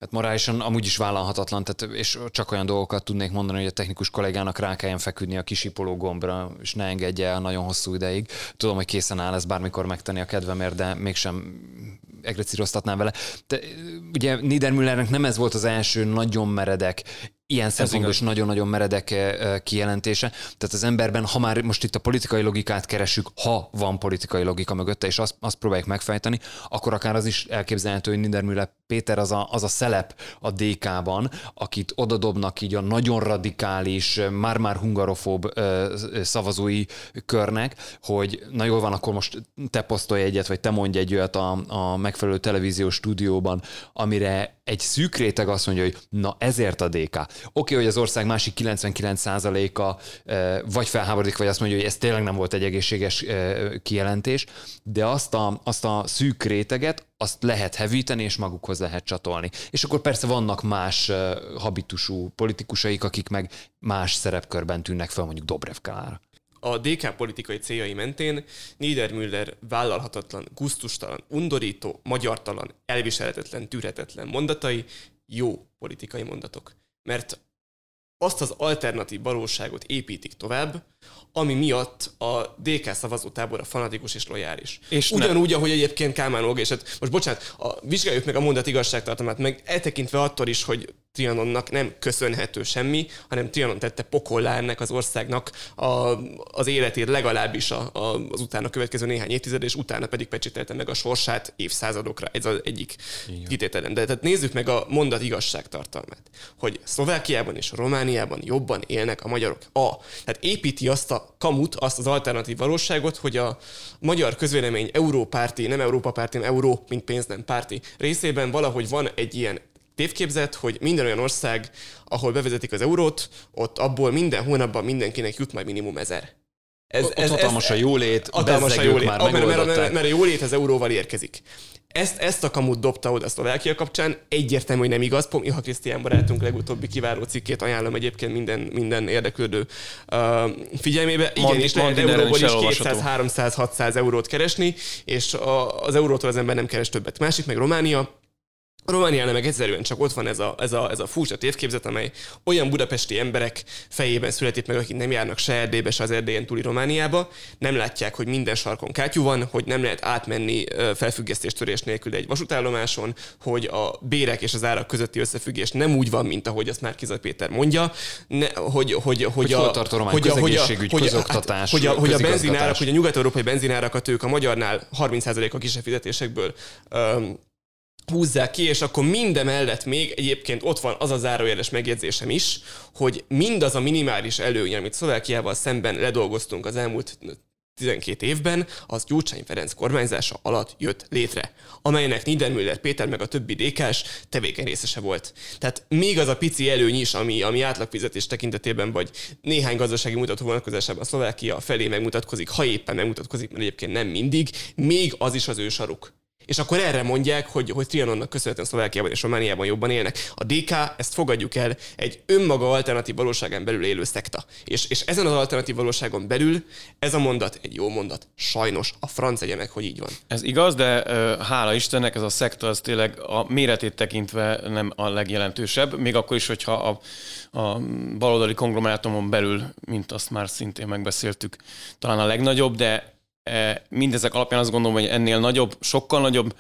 Hát morálisan amúgy is vállalhatatlan, tehát, és csak olyan dolgokat tudnék mondani, hogy a technikus kollégának rá kelljen feküdni a kisipoló gombra, és ne engedje el nagyon hosszú ideig. Tudom, hogy készen áll ezt bármikor megtenni a kedvemért, de mégsem egrecíroztatnám vele. De, ugye Niedermüllernek nem ez volt az első nagyon meredek, ilyen szempontból is nagyon-nagyon meredek kijelentése. Tehát az emberben, ha már most itt a politikai logikát keresünk, ha van politikai logika mögötte, és azt, azt próbáljuk megfejteni, akkor akár az is elképzelhető, hogy Niedermüller Péter az a, az a szelep a dé ká-ban, akit odadobnak így a nagyon radikális, már-már hungarofób szavazói körnek, hogy na jól van, akkor most te posztolj egyet, vagy te mondj egy olyat a, a megfelelő televíziós stúdióban, amire egy szűk réteg azt mondja, hogy na ezért a dé ká. Oké, okay, hogy az ország másik kilencvenkilenc százaléka vagy felháborodik, vagy azt mondja, hogy ez tényleg nem volt egy egészséges kijelentés, de azt a, azt a szűk réteget, azt lehet hevíteni, és magukhoz lehet csatolni. És akkor persze vannak más habitusú politikusaik, akik meg más szerepkörben tűnnek fel, mondjuk Dobrev Klára. A dé ká politikai céljai mentén Niedermüller vállalhatatlan, gusztustalan, undorító, magyartalan, elviselhetetlen, tűrhetetlen mondatai jó politikai mondatok. Mert azt az alternatív valóságot építik tovább, ami miatt a dé ká szavazótábora fanatikus és lojális. És ugyanúgy, nem. ahogy egyébként Kálmán Olga, és hát most bocsánat, a, vizsgáljuk meg a mondat igazságtartalmát, meg eltekintve attól is, hogy Trianonnak nem köszönhető semmi, hanem Trianon tette pokollá ennek az országnak a, az életét legalábbis a, a, az utána következő néhány évtized, és utána pedig pecsételte meg a sorsát évszázadokra. Ez az egyik kitételem. De tehát nézzük meg a mondat igazságtartalmát, hogy Szlovákiában és Romániában jobban élnek a magyarok. A. Tehát építi azt a kamut, azt az alternatív valóságot, hogy a magyar közvélemény európárti, nem európapárti, nem euró, mint pénz, nem párti részében valahogy van egy ilyen tévképzet, hogy minden olyan ország, ahol bevezetik az eurót, ott abból minden hónapban mindenkinek jut majd minimum ezer. Ez, ez, hatalmas a jólét, hatalmas a jólét, már ah, mert, mert, mert, mert a jólét az euróval érkezik. Ezt, ezt a kamut dobta oda a Szlovákia kapcsán, egyértelmű, hogy nem igaz. Miha Krisztián barátunk legutóbbi kiváló cikkét ajánlom egyébként minden, minden érdeklődő uh, figyelmébe. Igen, és lehet euróból is kétszáz, háromszáz, hatszáz eurót keresni, és a, az eurótól az ember nem keres többet. Másik meg Románia. A Romániánál meg egyszerűen csak ott van ez a, ez a, ez a furcsa tévképzet, amely olyan budapesti emberek fejében születik meg, akik nem járnak se Erdélybe, se az Erdélyen túli Romániába, nem látják, hogy minden sarkon kátyú van, hogy nem lehet átmenni felfüggesztéstörés nélkül egy vasútállomáson, hogy a bérek és az árak közötti összefüggés nem úgy van, mint ahogy azt Márki-Zay Péter mondja, ne, hogy, hogy, hogy, a, tart a román közegészségügy, közoktatás, hogy a, hogy a benzinárak, hogy a nyugat-európai benzinárakat ők a magyarnál harminc százalék a kisebb fizetésekből um, húzzák ki, és akkor mindemellett még egyébként ott van az a zárójeles megjegyzésem is, hogy mindaz a minimális előny, amit Szlovákiával szemben ledolgoztunk az elmúlt tizenkét évben, az Gyurcsány Ferenc kormányzása alatt jött létre, amelynek Niedermüller Péter meg a többi dé ká-s tevékeny részese volt. Tehát még az a pici előny is, ami, ami átlagfizetés tekintetében, vagy néhány gazdasági mutató vonatkozásában a Szlovákia felé megmutatkozik, ha éppen megmutatkozik, mert egyébként nem mindig, még az is az ő saruk. És akkor erre mondják, hogy, hogy Trianonnak köszönhetően Szlovákiában és Romániában jobban élnek. A dé ká, ezt fogadjuk el, egy önmaga alternatív valóságán belül élő szekta. És, és ezen az alternatív valóságon belül ez a mondat egy jó mondat. Sajnos a franc egye meg, hogy így van. Ez igaz, de uh, hála Istennek ez a szekta az tényleg a méretét tekintve nem a legjelentősebb. Még akkor is, hogyha a, a baloldali konglomerátumon belül, mint azt már szintén megbeszéltük, talán a legnagyobb, de mindezek alapján azt gondolom, hogy ennél nagyobb, sokkal nagyobb,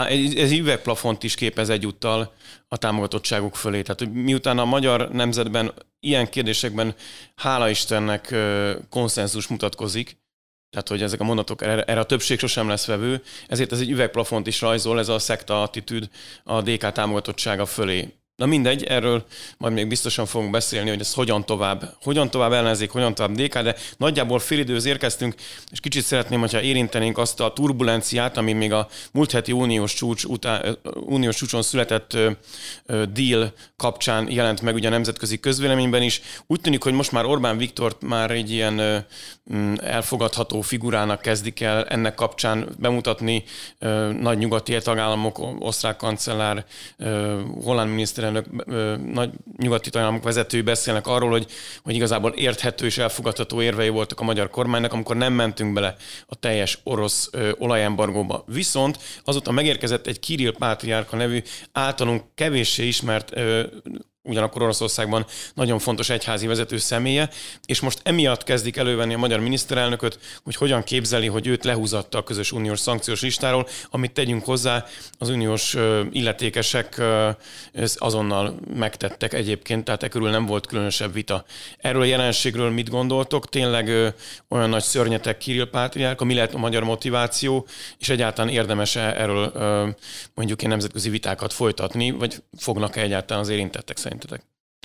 ez üvegplafont is képez egyúttal a támogatottságuk fölé. Tehát, hogy miután a magyar nemzetben ilyen kérdésekben hála Istennek konszenzus mutatkozik, tehát, hogy ezek a mondatok, erre a többség sosem lesz vevő, ezért ez egy üvegplafont is rajzol, ez a szekta attitűd a dé ká támogatottsága fölé. Na mindegy, erről majd még biztosan fogunk beszélni, hogy ez hogyan tovább, hogyan tovább ellenzék, hogyan tovább dé ká, de nagyjából félidőhöz érkeztünk, és kicsit szeretném, hogyha érintenénk azt a turbulenciát, ami még a múlt heti uniós, csúcs után, uniós csúcson született ö, ö, deal kapcsán jelent meg ugye a nemzetközi közvéleményben is. Úgy tűnik, hogy most már Orbán Viktort már egy ilyen ö, elfogadható figurának kezdik el ennek kapcsán bemutatni ö, nagy nyugati tagállamok, osztrák kancellár, ö, holland miniszterelnök miniszterelnök, nagy nyugati tagállamok vezetői beszélnek arról, hogy, hogy igazából érthető és elfogadható érvei voltak a magyar kormánynak, amikor nem mentünk bele a teljes orosz ö, olajembargóba. Viszont azóta megérkezett egy Kirill Pátriárka nevű általunk kevéssé ismert ö, ugyanakkor Oroszországban nagyon fontos egyházi vezető személye, és most emiatt kezdik elővenni a magyar miniszterelnököt, hogy hogyan képzeli, hogy őt lehúzatta a közös uniós szankciós listáról, amit tegyünk hozzá, az uniós illetékesek azonnal megtettek egyébként, tehát e körül nem volt különösebb vita. Erről a jelenségről mit gondoltok? Tényleg olyan nagy szörnyetek Kirill Pátriárka, mi lehet a magyar motiváció, és egyáltalán érdemes-e erről mondjuk ilyen nemzetközi vitákat folytatni, vagy fognak-e egyáltalán az érintettek szerintetek?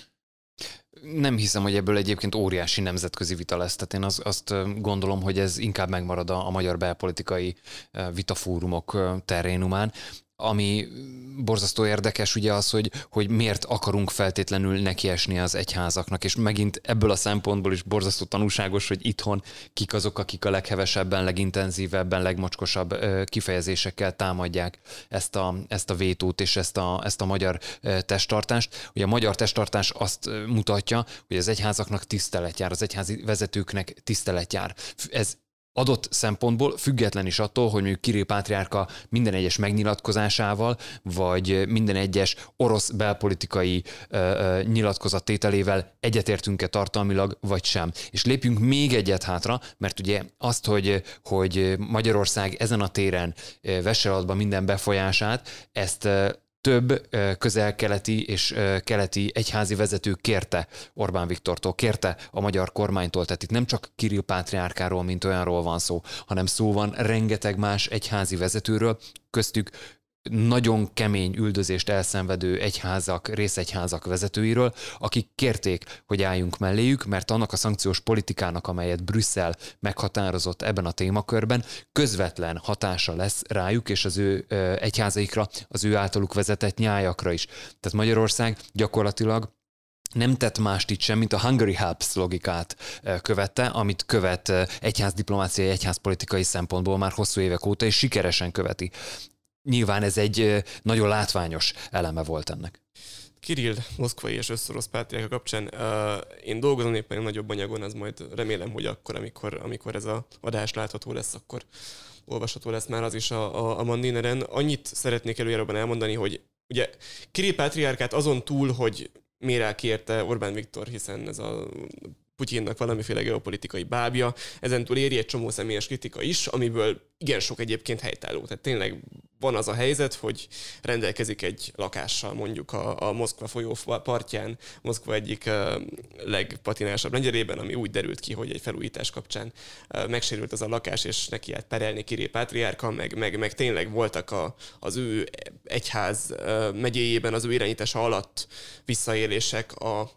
Nem hiszem, hogy ebből egyébként óriási nemzetközi vita lesz. Tehát én az, azt gondolom, hogy ez inkább megmarad a, a magyar belpolitikai vitafórumok terrénumán. Ami borzasztó érdekes ugye az, hogy, hogy miért akarunk feltétlenül nekiesni az egyházaknak, és megint ebből a szempontból is borzasztó tanúságos, hogy itthon kik azok, akik a leghevesebben, legintenzívebben, legmocskosabb kifejezésekkel támadják ezt a, ezt a vétót és ezt a, ezt a magyar testtartást. Ugye a magyar testtartás azt mutatja, hogy az egyházaknak tisztelet jár, az egyházi vezetőknek tisztelet jár. Ez adott szempontból, független is attól, hogy mondjuk Kirill Pátriárka minden egyes megnyilatkozásával, vagy minden egyes orosz belpolitikai ö, ö, nyilatkozattételével egyetértünk-e tartalmilag, vagy sem. És lépjünk még egyet hátra, mert ugye azt, hogy, hogy Magyarország ezen a téren vesse alatba minden befolyását, ezt több közel-keleti és keleti egyházi vezető kérte Orbán Viktortól, kérte a magyar kormánytól. Tehát itt nem csak Kirill Pátriárkáról, mint olyanról van szó, hanem szó van rengeteg más egyházi vezetőről, köztük nagyon kemény üldözést elszenvedő egyházak, részegyházak vezetőiről, akik kérték, hogy álljunk melléjük, mert annak a szankciós politikának, amelyet Brüsszel meghatározott ebben a témakörben, közvetlen hatása lesz rájuk és az ő egyházaikra, az ő általuk vezetett nyájakra is. Tehát Magyarország gyakorlatilag nem tett mást itt sem, mint a Hungary Helps logikát követte, amit követ egyházdiplomáciai, egyházpolitikai szempontból már hosszú évek óta, és sikeresen követi. Nyilván ez egy nagyon látványos eleme volt ennek. Kirill moszkvai és összorosz pátriárka kapcsán uh, én dolgozom éppen nagyobb anyagon, az majd remélem, hogy akkor, amikor, amikor ez a adás látható lesz, akkor olvasható lesz már az is a, a, a Mandineren. Annyit szeretnék előjáróban elmondani, hogy ugye Kirill pátriárkát azon túl, hogy miért kérte Orbán Viktor, hiszen ez a Putyinnak valamiféle geopolitikai bábja, ezentúl éri egy csomó személyes kritika is, amiből igen sok egyébként helytálló. Tehát tényleg van az a helyzet, hogy rendelkezik egy lakással mondjuk a, a Moszkva folyó partján, Moszkva egyik uh, legpatinásabb lengyelében, ami úgy derült ki, hogy egy felújítás kapcsán uh, megsérült az a lakás, és neki állt perelni Kirill Pátriárka, meg, meg, meg tényleg voltak a, az ő egyház uh, megyéjében, az ő irányítása alatt visszaélések a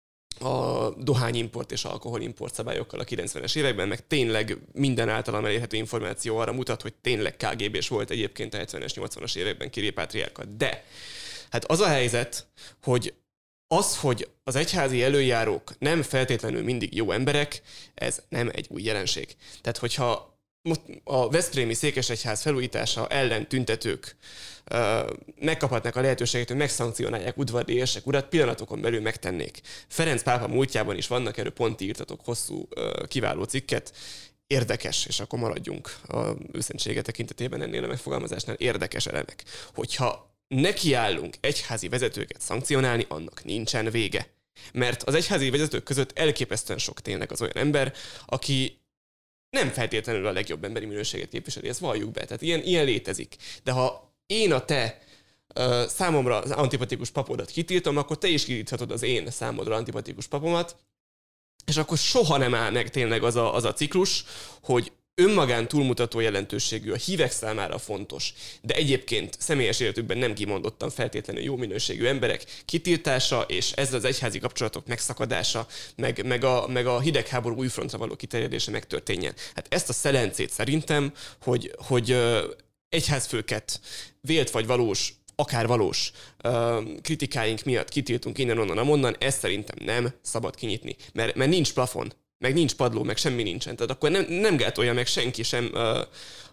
a dohányimport és alkoholimport szabályokkal a kilencvenes években, meg tényleg minden általam elérhető információ arra mutat, hogy tényleg ká gé bés volt egyébként a hetvenes, nyolcvanas években Kirill Pátriárka. De hát az a helyzet, hogy az, hogy az egyházi előjárók nem feltétlenül mindig jó emberek, ez nem egy új jelenség. Tehát, hogyha a veszprémi székesegyház felújítása ellen tüntetők uh, megkaphatnak a lehetőséget, hogy megszankcionálják Udvardi érsek urat, pillanatokon belül megtennék. Ferenc pápa múltjában is vannak, erről pont írtatok hosszú, uh, kiváló cikket. Érdekes, és akkor maradjunk a őszentsége tekintetében ennél a megfogalmazásnál, érdekes elemek. Hogyha nekiállunk egyházi vezetőket szankcionálni, annak nincsen vége. Mert az egyházi vezetők között elképesztően sok tényleg az olyan ember, aki nem feltétlenül a legjobb emberi minőséget képviseli, ezt valljuk be. Tehát ilyen, ilyen létezik. De ha én a te uh, számomra az antipatikus papodat kitiltom, akkor te is kitilthatod az én számodra antipatikus papomat, és akkor soha nem áll meg tényleg az a, az a ciklus, hogy önmagán túlmutató jelentőségű, a hívek számára fontos, de egyébként személyes életükben nem kimondottan feltétlenül jó minőségű emberek kitiltása, és ezzel az egyházi kapcsolatok megszakadása, meg, meg, a, meg a hidegháború új frontra való kiterjedése megtörténjen. Hát ezt a szelencét szerintem, hogy, hogy egyházfőket vélt vagy valós, akár valós uh, kritikáink miatt kitiltunk innen, onnan, amonnan, ezt szerintem nem szabad kinyitni, mert, mert nincs plafon, meg nincs padló, meg semmi nincsen. Tehát akkor nem, nem gátolja meg senki sem uh,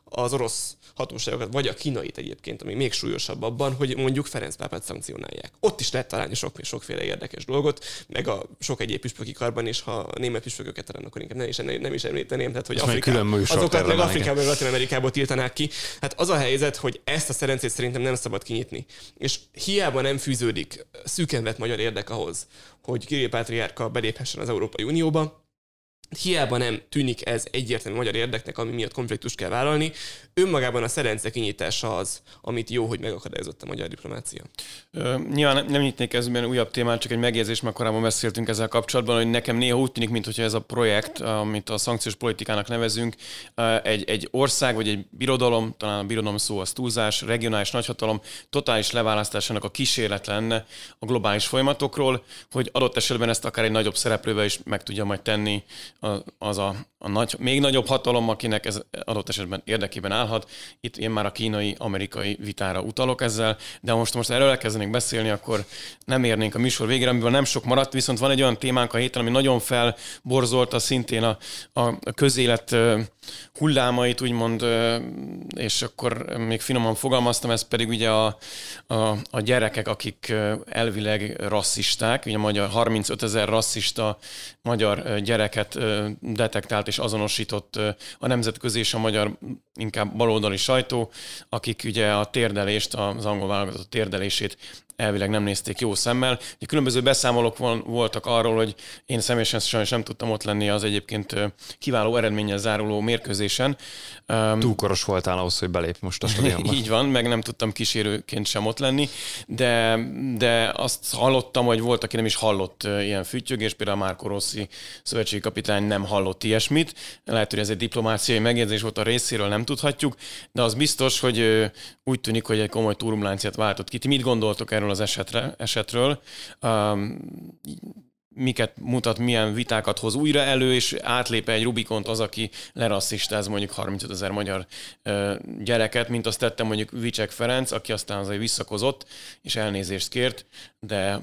az orosz hatóságokat, vagy a kínait egyébként, ami még súlyosabb abban, hogy mondjuk Ferenc pápát szankcionálják. Ott is lehet találni sok, sokféle érdekes dolgot, meg a sok egyéb püspöki karban is, ha a német püspököket talán, akkor inkább nem is, nem is említeném, tehát hogy Afrikában, azokat meg Afrikában, meg Latin-Amerikából tiltanák ki. Hát az a helyzet, hogy ezt a szerencét szerintem nem szabad kinyitni. És hiába nem fűződik szűken vett magyar érdek ahhoz, hogy Kirill pátriárka beléphessen az Európai Unióba, hiába nem tűnik ez egyértelmű magyar érdeknek, ami miatt konfliktust kell vállalni, önmagában a szerence kinyitása az, amit jó, hogy megakadályozott a magyar diplomácia. Ö, nyilván nem nyitnék ezben újabb témát, csak egy megjegyzés, mert korábban beszéltünk ezzel kapcsolatban, hogy nekem néha úgy tűnik, mintha ez a projekt, amit a szankciós politikának nevezünk, egy, egy ország vagy egy birodalom, talán a birodalom szó az túlzás, regionális nagyhatalom totális leválasztásának a kísérlet lenne a globális folyamatokról, hogy adott esetben ezt akár egy nagyobb szereplővel is meg tudja majd tenni az a, a nagy, még nagyobb hatalom, akinek ez adott esetben érdekében állhat. Itt én már a kínai-amerikai vitára utalok ezzel, de most, most erről elkezdenénk beszélni, akkor nem érnénk a műsor végére, amiből nem sok maradt, viszont van egy olyan témánk a héten, ami nagyon felborzolta szintén a, a közélet hullámait, úgymond, és akkor még finoman fogalmaztam, ez pedig ugye a, a, a gyerekek, akik elvileg rasszisták, ugye a magyar harmincötezer rasszista magyar gyereket detektált és azonosított a nemzetközi és a magyar inkább baloldali sajtó, akik ugye a térdelést, az angol válogatott térdelését elvileg nem nézték jó szemmel. Ugye különböző beszámolók voltak arról, hogy én személyesen sajnos nem tudtam ott lenni az egyébként kiváló eredménnyel záruló mérkőzésen. Túlkoros voltál ahhoz, hogy belép most a stadionba. Így van, meg nem tudtam kísérőként sem ott lenni, de, de azt hallottam, hogy volt, aki nem is hallott ilyen füttyögés, például Marco Rossi szövetségi kapitány nem hallott ilyesmit. Lehet, hogy ez egy diplomáciai megjegyzés volt a részéről, nem tudhatjuk, de az biztos, hogy úgy tűnik, hogy egy komoly turbulenciát váltott ki. Ti mit gondoltok erről az esetre, esetről? Um, miket mutat, milyen vitákat hoz újra elő, és átlépe egy Rubikont az, aki lerasszistáz mondjuk harmincötezer magyar ö, gyereket, mint azt tette mondjuk Vicsek Ferenc, aki aztán azért visszakozott, és elnézést kért, de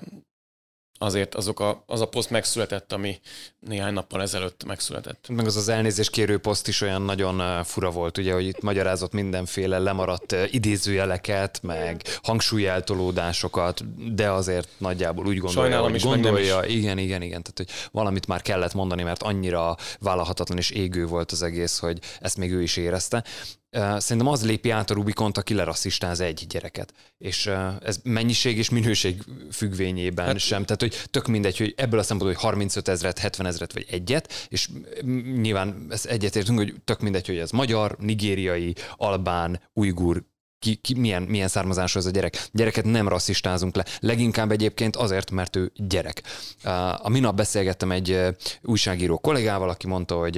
azért azok a, az a poszt megszületett, ami néhány nappal ezelőtt megszületett. Meg az az elnézéskérő poszt is olyan nagyon fura volt, ugye, hogy itt magyarázott mindenféle lemaradt idézőjeleket, meg hangsúlyeltolódásokat, de azért nagyjából úgy gondolja, Sajnálom hogy is, gondolja, igen, igen, igen, tehát hogy valamit már kellett mondani, mert annyira vállalhatatlan és égő volt az egész, hogy ezt még ő is érezte. Szerintem az lépi át a Rubikont, aki lerasszistáz egy gyereket. És ez mennyiség és minőség függvényében hát, sem. Tehát, hogy tök mindegy, hogy ebből a szempontból, hogy harmincöt ezret, hetven ezret vagy egyet, és nyilván ezt egyetértünk, hogy tök mindegy, hogy ez magyar, nigériai, albán, ujgur, Ki, ki, milyen, milyen származású ez a gyerek. Gyereket nem rasszistázunk le. Leginkább egyébként azért, mert ő gyerek. A minap beszélgettem egy újságíró kollégával, aki mondta, hogy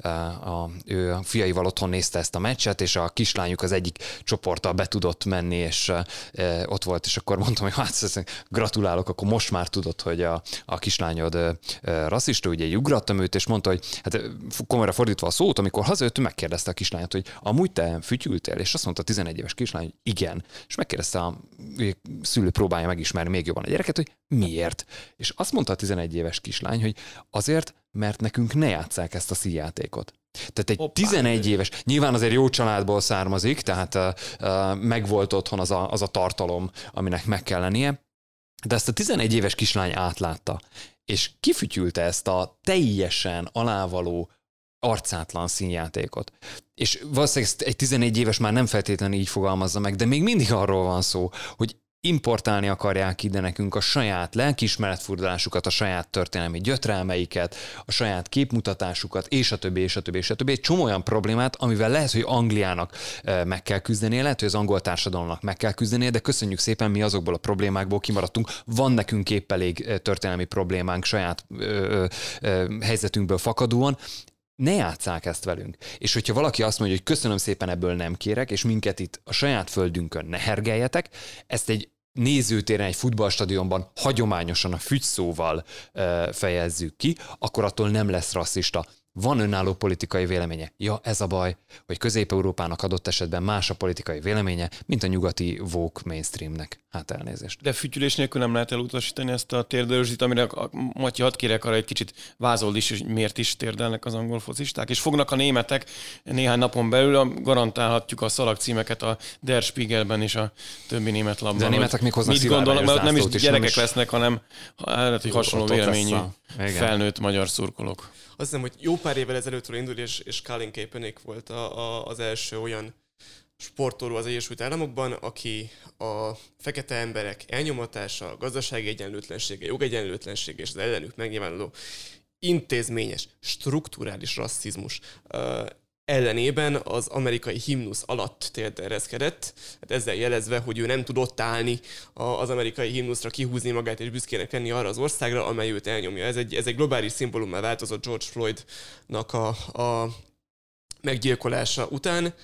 a, ő a fiaival otthon nézte ezt a meccset, és a kislányuk az egyik csoporttal be tudott menni, és ott volt, és akkor mondtam, hogy hát gratulálok, akkor most már tudod, hogy a, a kislányod rasszista, ugye így ugrattam őt, és mondta, hogy hát komolyra fordítva a szót, amikor hazajött, megkérdezte a kislányt, hogy amúgy te fütyültél, és azt mondta a tizenegy éves kislány, hogy igen. És megkérdezte a szülő, próbálja megismerni még jobban a gyereket, hogy miért. És azt mondta a tizenegy éves kislány, hogy azért, mert nekünk ne játsszák ezt a színjátékot. Tehát egy Hoppá. tizenegy éves, nyilván azért jó családból származik, tehát uh, uh, megvolt otthon az a, az a tartalom, aminek meg kell lennie, de ezt a tizenegy éves kislány átlátta, és kifütyülte ezt a teljesen alávaló arcátlan színjátékot. És valószínűleg egy tizenegy éves már nem feltétlenül így fogalmazza meg, de még mindig arról van szó, hogy importálni akarják ide nekünk a saját lelkiismeretfurdalásukat, a saját történelmi gyötrelmeiket, a saját képmutatásukat, és a többi, és a többi, és a többi. Egy csomó olyan problémát, amivel lehet, hogy Angliának meg kell küzdenie, lehet, hogy az angol társadalomnak meg kell küzdenie, de köszönjük szépen, mi azokból a problémákból kimaradtunk. Van nekünk épp elég történelmi problémánk saját ö, ö, helyzetünkből fakadóan, ne játsszák ezt velünk. És hogyha valaki azt mondja, hogy köszönöm szépen, ebből nem kérek, és minket itt a saját földünkön ne hergeljetek, ezt egy nézőtéren, egy futballstadionban hagyományosan a fügyszóval ö, fejezzük ki, akkor attól nem lesz rasszista. van önálló politikai véleménye. Ja, ez a baj, hogy Közép-Európának adott esetben más a politikai véleménye, mint a nyugati woke mainstreamnek. Hát elnézést. De fütyülés nélkül nem lehet elutasítani ezt a térdőrzsit, amire a Matyi, hadd kérek arra egy kicsit vázold is, hogy miért is térdelnek az angol focisták, és fognak a németek néhány napon belül, garantálhatjuk a szalagcímeket a Der Spiegelben és a többi német labban. De a németek még hoznak mit gondolnak, mert nem is is, gyerekek nem is... lesznek, hanem hát, hogy hasonló véleményű felnőtt magyar szurkolók. Azt hiszem, hogy jó pár évvel ezelőttről indul, és, és Colin Kaepernick volt a, a, az első olyan sportoló az Egyesült Államokban, aki a fekete emberek elnyomatása, a gazdasági egyenlőtlensége, jogegyenlőtlensége és az ellenük megnyilvánuló intézményes, strukturális rasszizmus uh, ellenében az amerikai himnusz alatt térderezkedett, hát ezzel jelezve, hogy ő nem tudott állni az amerikai himnuszra, kihúzni magát és büszkének lenni arra az országra, amely őt elnyomja. Ez egy, ez egy globális szimbólummá változott George Floydnak a, a meggyilkolása után.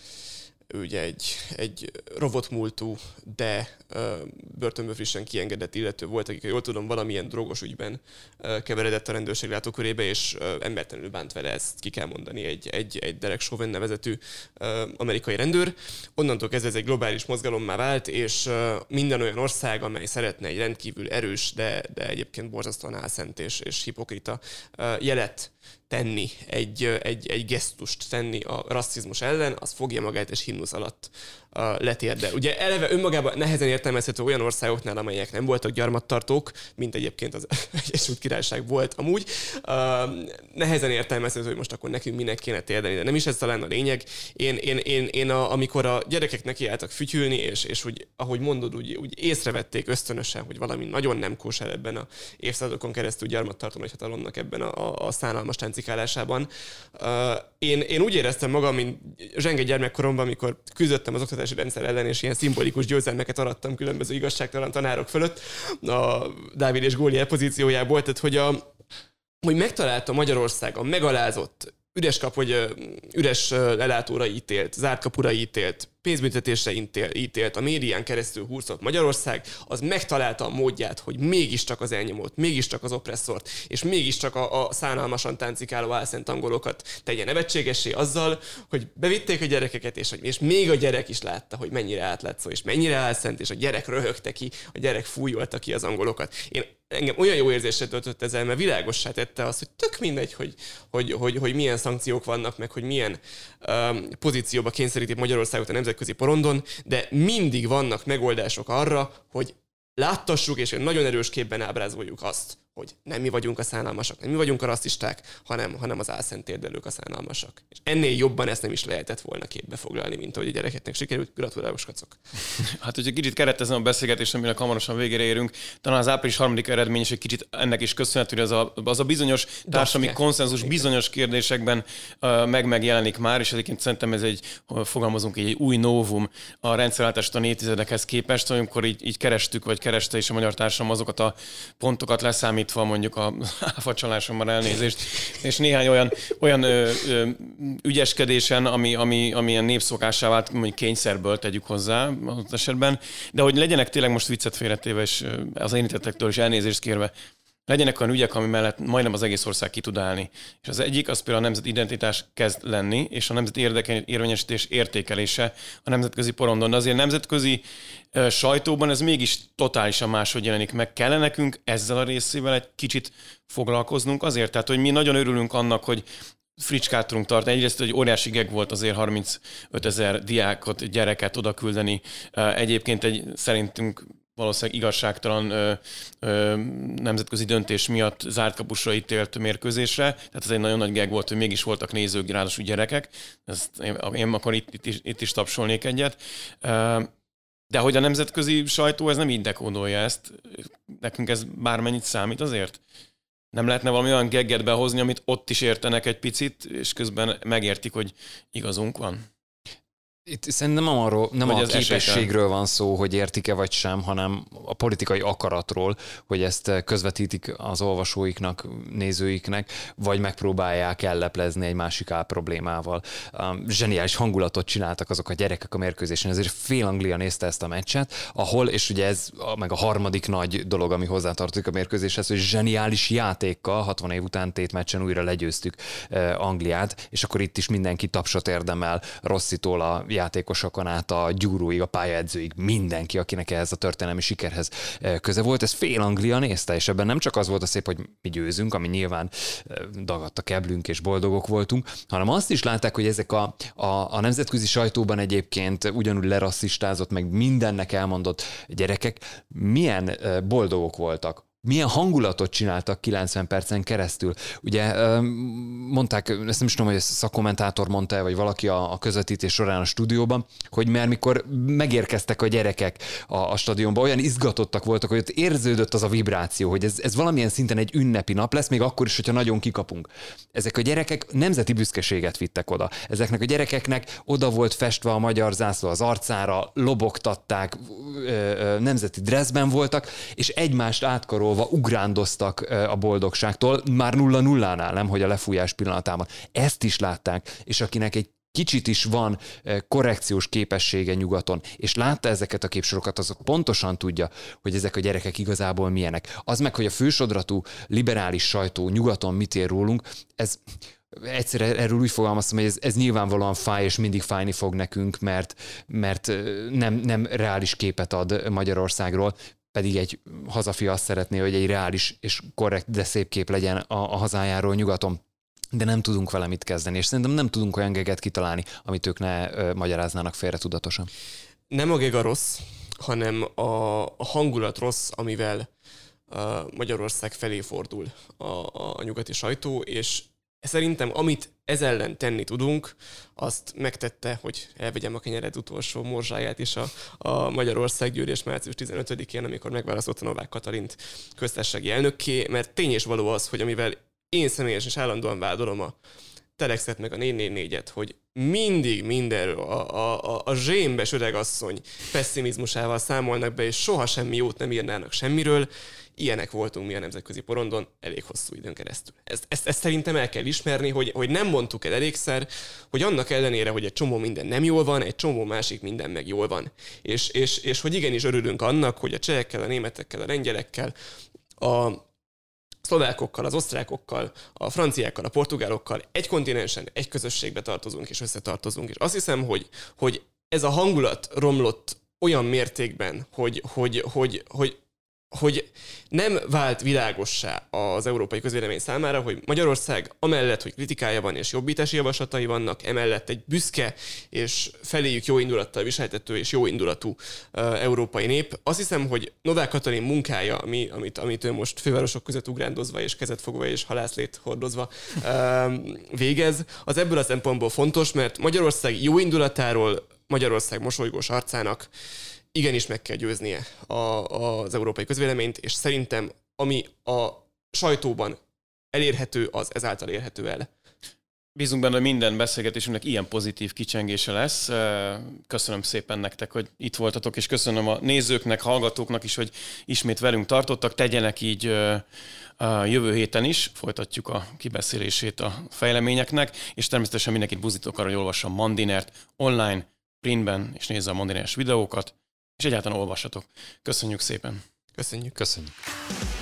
Ő ugye egy, egy robotmúltú, de uh, börtönből frissen kiengedett illető volt, akik, jól tudom, valamilyen drogos ügyben uh, keveredett a rendőrség látókörébe, és uh, embertelenül bánt vele, ezt ki kell mondani, egy, egy, egy Derek Chauvin nevezetű uh, amerikai rendőr. Onnantól kezdve ez egy globális mozgalommá vált, és uh, minden olyan ország, amely szeretne egy rendkívül erős, de, de egyébként borzasztóan álszent és, és hipokrita uh, jelet tenni, egy, egy, egy gesztust tenni a rasszizmus ellen, az fogja magát és himnusz alatt uh, letérdel. Ugye eleve önmagában nehezen értelmezhető olyan országoknál, amelyek nem voltak gyarmattartók, mint egyébként az Egyesült Királyság volt amúgy. Uh, nehezen értelmezhető, hogy most akkor nekünk minek kéne térdelni, de nem is ez talán a lényeg. Én, én, én, én a, amikor a gyerekek nekiálltak fütyülni, és, és úgy, ahogy mondod, úgy, úgy észrevették ösztönösen, hogy valami nagyon nem kóser ebben a évszázadokon keresztül gyarmattartó nagyhatalomnak ebben a, a, a szánalmas táncikálásában. Uh, én, én úgy éreztem magam, mint zsenge gyermekkoromban, amikor küzdöttem az oktatási rendszer ellen, és ilyen szimbolikus győzelmeket arattam különböző igazságtalan tanárok fölött a Dávid és Góliát pozíciójából, tehát hogy, a, hogy megtalálta Magyarország a megalázott, üres kap, vagy üres lelátóra ítélt, zárt kapura ítélt, pénzbüntetésre ítélt, a médián keresztül húzott Magyarország, az megtalálta a módját, hogy mégiscsak az elnyomót, mégiscsak az opresszort, és mégiscsak a, a szánalmasan táncikáló álszent angolokat tegye nevetségessé azzal, hogy bevitték a gyerekeket, és, és még a gyerek is látta, hogy mennyire átlátszó, és mennyire álszent, és a gyerek röhögte ki, a gyerek fújolta ki az angolokat. Én engem olyan jó érzésre töltött ezzel, mert világossá tette azt, hogy tök mindegy, hogy, hogy, hogy, hogy milyen szankciók vannak, meg hogy milyen um, pozícióba kényszerítik Magyarországot a nemzetközi porondon, de mindig vannak megoldások arra, hogy láttassuk, és nagyon erős képben ábrázoljuk azt, hogy nem mi vagyunk a szánalmasak, nem mi vagyunk a rasszisták, hanem, hanem az álszent térdelők a szánalmasak. És ennél jobban ezt nem is lehetett volna képbe foglalni, mint ahogy a gyerekeknek sikerült. Gratulálok, kacok! Hát, hogyha kicsit keretezem a beszélgetést, aminek hamarosan végére érünk, talán az április harmadik eredmény is egy kicsit ennek is köszönhető, hogy az a, az a bizonyos társadalmi konszenzus bizonyos kérdésekben uh, meg megjelenik már, és egyébként szerintem ez egy, fogalmazunk így, egy új novum a rendszerváltás a évtizedekhez képest, amikor így, így kerestük, vagy kereste is a magyar társadalom azokat a pontokat leszámít mondjuk a áfacsalásomban elnézést, és néhány olyan, olyan ö, ö, ügyeskedésen, ami, ami, ami ilyen népszokássá vált, mondjuk kényszerből tegyük hozzá az esetben, de hogy legyenek tényleg most viccet félretéve, és az érintettektől is elnézést kérve, legyenek olyan ügyek, ami mellett majdnem az egész ország ki tud állni. És az egyik, az például a nemzeti identitás kezd lenni, és a nemzeti érdekérvényesítés értékelése a nemzetközi porondon. De azért nemzetközi uh, sajtóban ez mégis totálisan máshogy jelenik meg. Kellene nekünk ezzel a részével egy kicsit foglalkoznunk azért? Tehát, hogy mi nagyon örülünk annak, hogy fricskát tudunk tartani. Egyrészt, hogy óriási geg volt azért harmincötezer diákot, gyereket oda küldeni. Uh, egyébként egy szerintünk valószínűleg igazságtalan ö, ö, nemzetközi döntés miatt zárt kapusra ítélt mérkőzésre. Tehát ez egy nagyon nagy geg volt, hogy mégis voltak nézők, ráadásul gyerekek. Ezt én, én akkor itt, itt, is, itt is tapsolnék egyet. De hogy a nemzetközi sajtó ez nem így dekódolja ezt, nekünk ez bármennyit számít azért? Nem lehetne valami olyan gegget behozni, amit ott is értenek egy picit, és közben megértik, hogy igazunk van? Itt szerintem nem, arról, nem a képességről esetlen. van szó, hogy értik-e vagy sem, hanem a politikai akaratról, hogy ezt közvetítik az olvasóiknak, nézőiknek, vagy megpróbálják elleplezni egy másik álproblémával. Zseniális hangulatot csináltak azok a gyerekek a mérkőzésen, ezért fél Anglia nézte ezt a meccset, ahol, és ugye ez meg a harmadik nagy dolog, ami hozzátartozik a mérkőzéshez, hogy zseniális játékkal hatvan év után tét meccsen újra legyőztük Angliát, és akkor itt is mindenki tapsot érdemel, Rosszitól a játékosokon át a gyúróig, a pályaedzőig, mindenki, akinek ehhez a történelmi sikerhez köze volt. Ez fél Anglia nézte, és ebben nem csak az volt a szép, hogy mi győzünk, ami nyilván dagadt a keblünk és boldogok voltunk, hanem azt is látták, hogy ezek a, a, a nemzetközi sajtóban egyébként ugyanúgy lerasszistázott, meg mindennek elmondott gyerekek milyen boldogok voltak. Milyen hangulatot csináltak kilencven percen keresztül. Ugye mondták, ezt nem is tudom, hogy ezt szakkommentátor mondta, vagy valaki a, a közvetítés során a stúdióban, hogy már mikor megérkeztek a gyerekek a, a stadionba, olyan izgatottak voltak, hogy ott érződött az a vibráció, hogy ez, ez valamilyen szinten egy ünnepi nap lesz, még akkor is, hogyha nagyon kikapunk. Ezek a gyerekek nemzeti büszkeséget vittek oda. Ezeknek a gyerekeknek oda volt festve a magyar zászló az arcára, lobogtatták, nemzeti dresszben voltak, és egymást átkarolva ugrándoztak a boldogságtól, már nulla nullánál, nem, hogy a lefújás pillanatában. Ezt is látták, és akinek egy kicsit is van korrekciós képessége nyugaton, és látta ezeket a képsorokat, azok pontosan tudja, hogy ezek a gyerekek igazából milyenek. Az meg, hogy a fősodratú liberális sajtó nyugaton mit ér rólunk, ez egyszer erről úgy fogalmaztam, hogy ez, ez nyilvánvalóan fáj, és mindig fájni fog nekünk, mert, mert nem, nem reális képet ad Magyarországról, pedig egy hazafi azt szeretné, hogy egy reális és korrekt, de szép kép legyen a, a hazájáról nyugaton. De nem tudunk vele mit kezdeni, és szerintem nem tudunk olyan geget kitalálni, amit ők ne ö, magyaráznának félre tudatosan. Nem a gega rossz, hanem a, a hangulat rossz, amivel uh, Magyarország felé fordul a, a, a nyugati sajtó, és szerintem amit ez ellen tenni tudunk, azt megtette, hogy elvegyem a kenyered utolsó morzsáját is a, a Magyarországgyűlés március tizenötödikén, amikor megválasztotta Novák Katalint köztársasági elnökké, mert tény és való az, hogy amivel én személyesen és állandóan vádolom a Telexet meg a négy négy négyet, hogy mindig mindenről a, a, a, a zsémbes öregasszony pessimizmusával számolnak be, és soha semmi jót nem írnának semmiről. Ilyenek voltunk mi a nemzetközi porondon elég hosszú időn keresztül. Ezt, ezt, ezt szerintem el kell ismerni, hogy, hogy nem mondtuk el elégszer, hogy annak ellenére, hogy egy csomó minden nem jól van, egy csomó másik minden meg jól van. És, és, és hogy igenis örülünk annak, hogy a csehekkel, a németekkel, a lengyelekkel, a szlovákokkal, az osztrákokkal, a franciákkal, a portugálokkal egy kontinensen, egy közösségbe tartozunk és összetartozunk. És azt hiszem, hogy, hogy ez a hangulat romlott olyan mértékben, hogy, hogy, hogy, hogy hogy nem vált világossá az európai közvélemény számára, hogy Magyarország amellett, hogy kritikája van és jobbítási javaslatai vannak, emellett egy büszke és feléjük jó indulattal viseltető és jó indulatú uh, európai nép. Azt hiszem, hogy Novák Katalin munkája, ami, amit, amit ő most fővárosok között ugrándozva és kezet fogva és halászlét hordozva uh, végez, az ebből a szempontból fontos, mert Magyarország jó indulatáról, Magyarország mosolygós arcának igenis meg kell győznie a, az európai közvéleményt, és szerintem ami a sajtóban elérhető, az ezáltal érhető el. Bízunk benne, hogy minden beszélgetésünknek ilyen pozitív kicsengése lesz. Köszönöm szépen nektek, hogy itt voltatok, és köszönöm a nézőknek, hallgatóknak is, hogy ismét velünk tartottak. Tegyenek így a jövő héten is, folytatjuk a kibeszélését a fejleményeknek, és természetesen mindenkit buzdítok arra, hogy olvassam Mandinert online, printben, és nézze a Mandineres videókat, és egyáltalán olvassatok. Köszönjük szépen! Köszönjük! Köszönjük!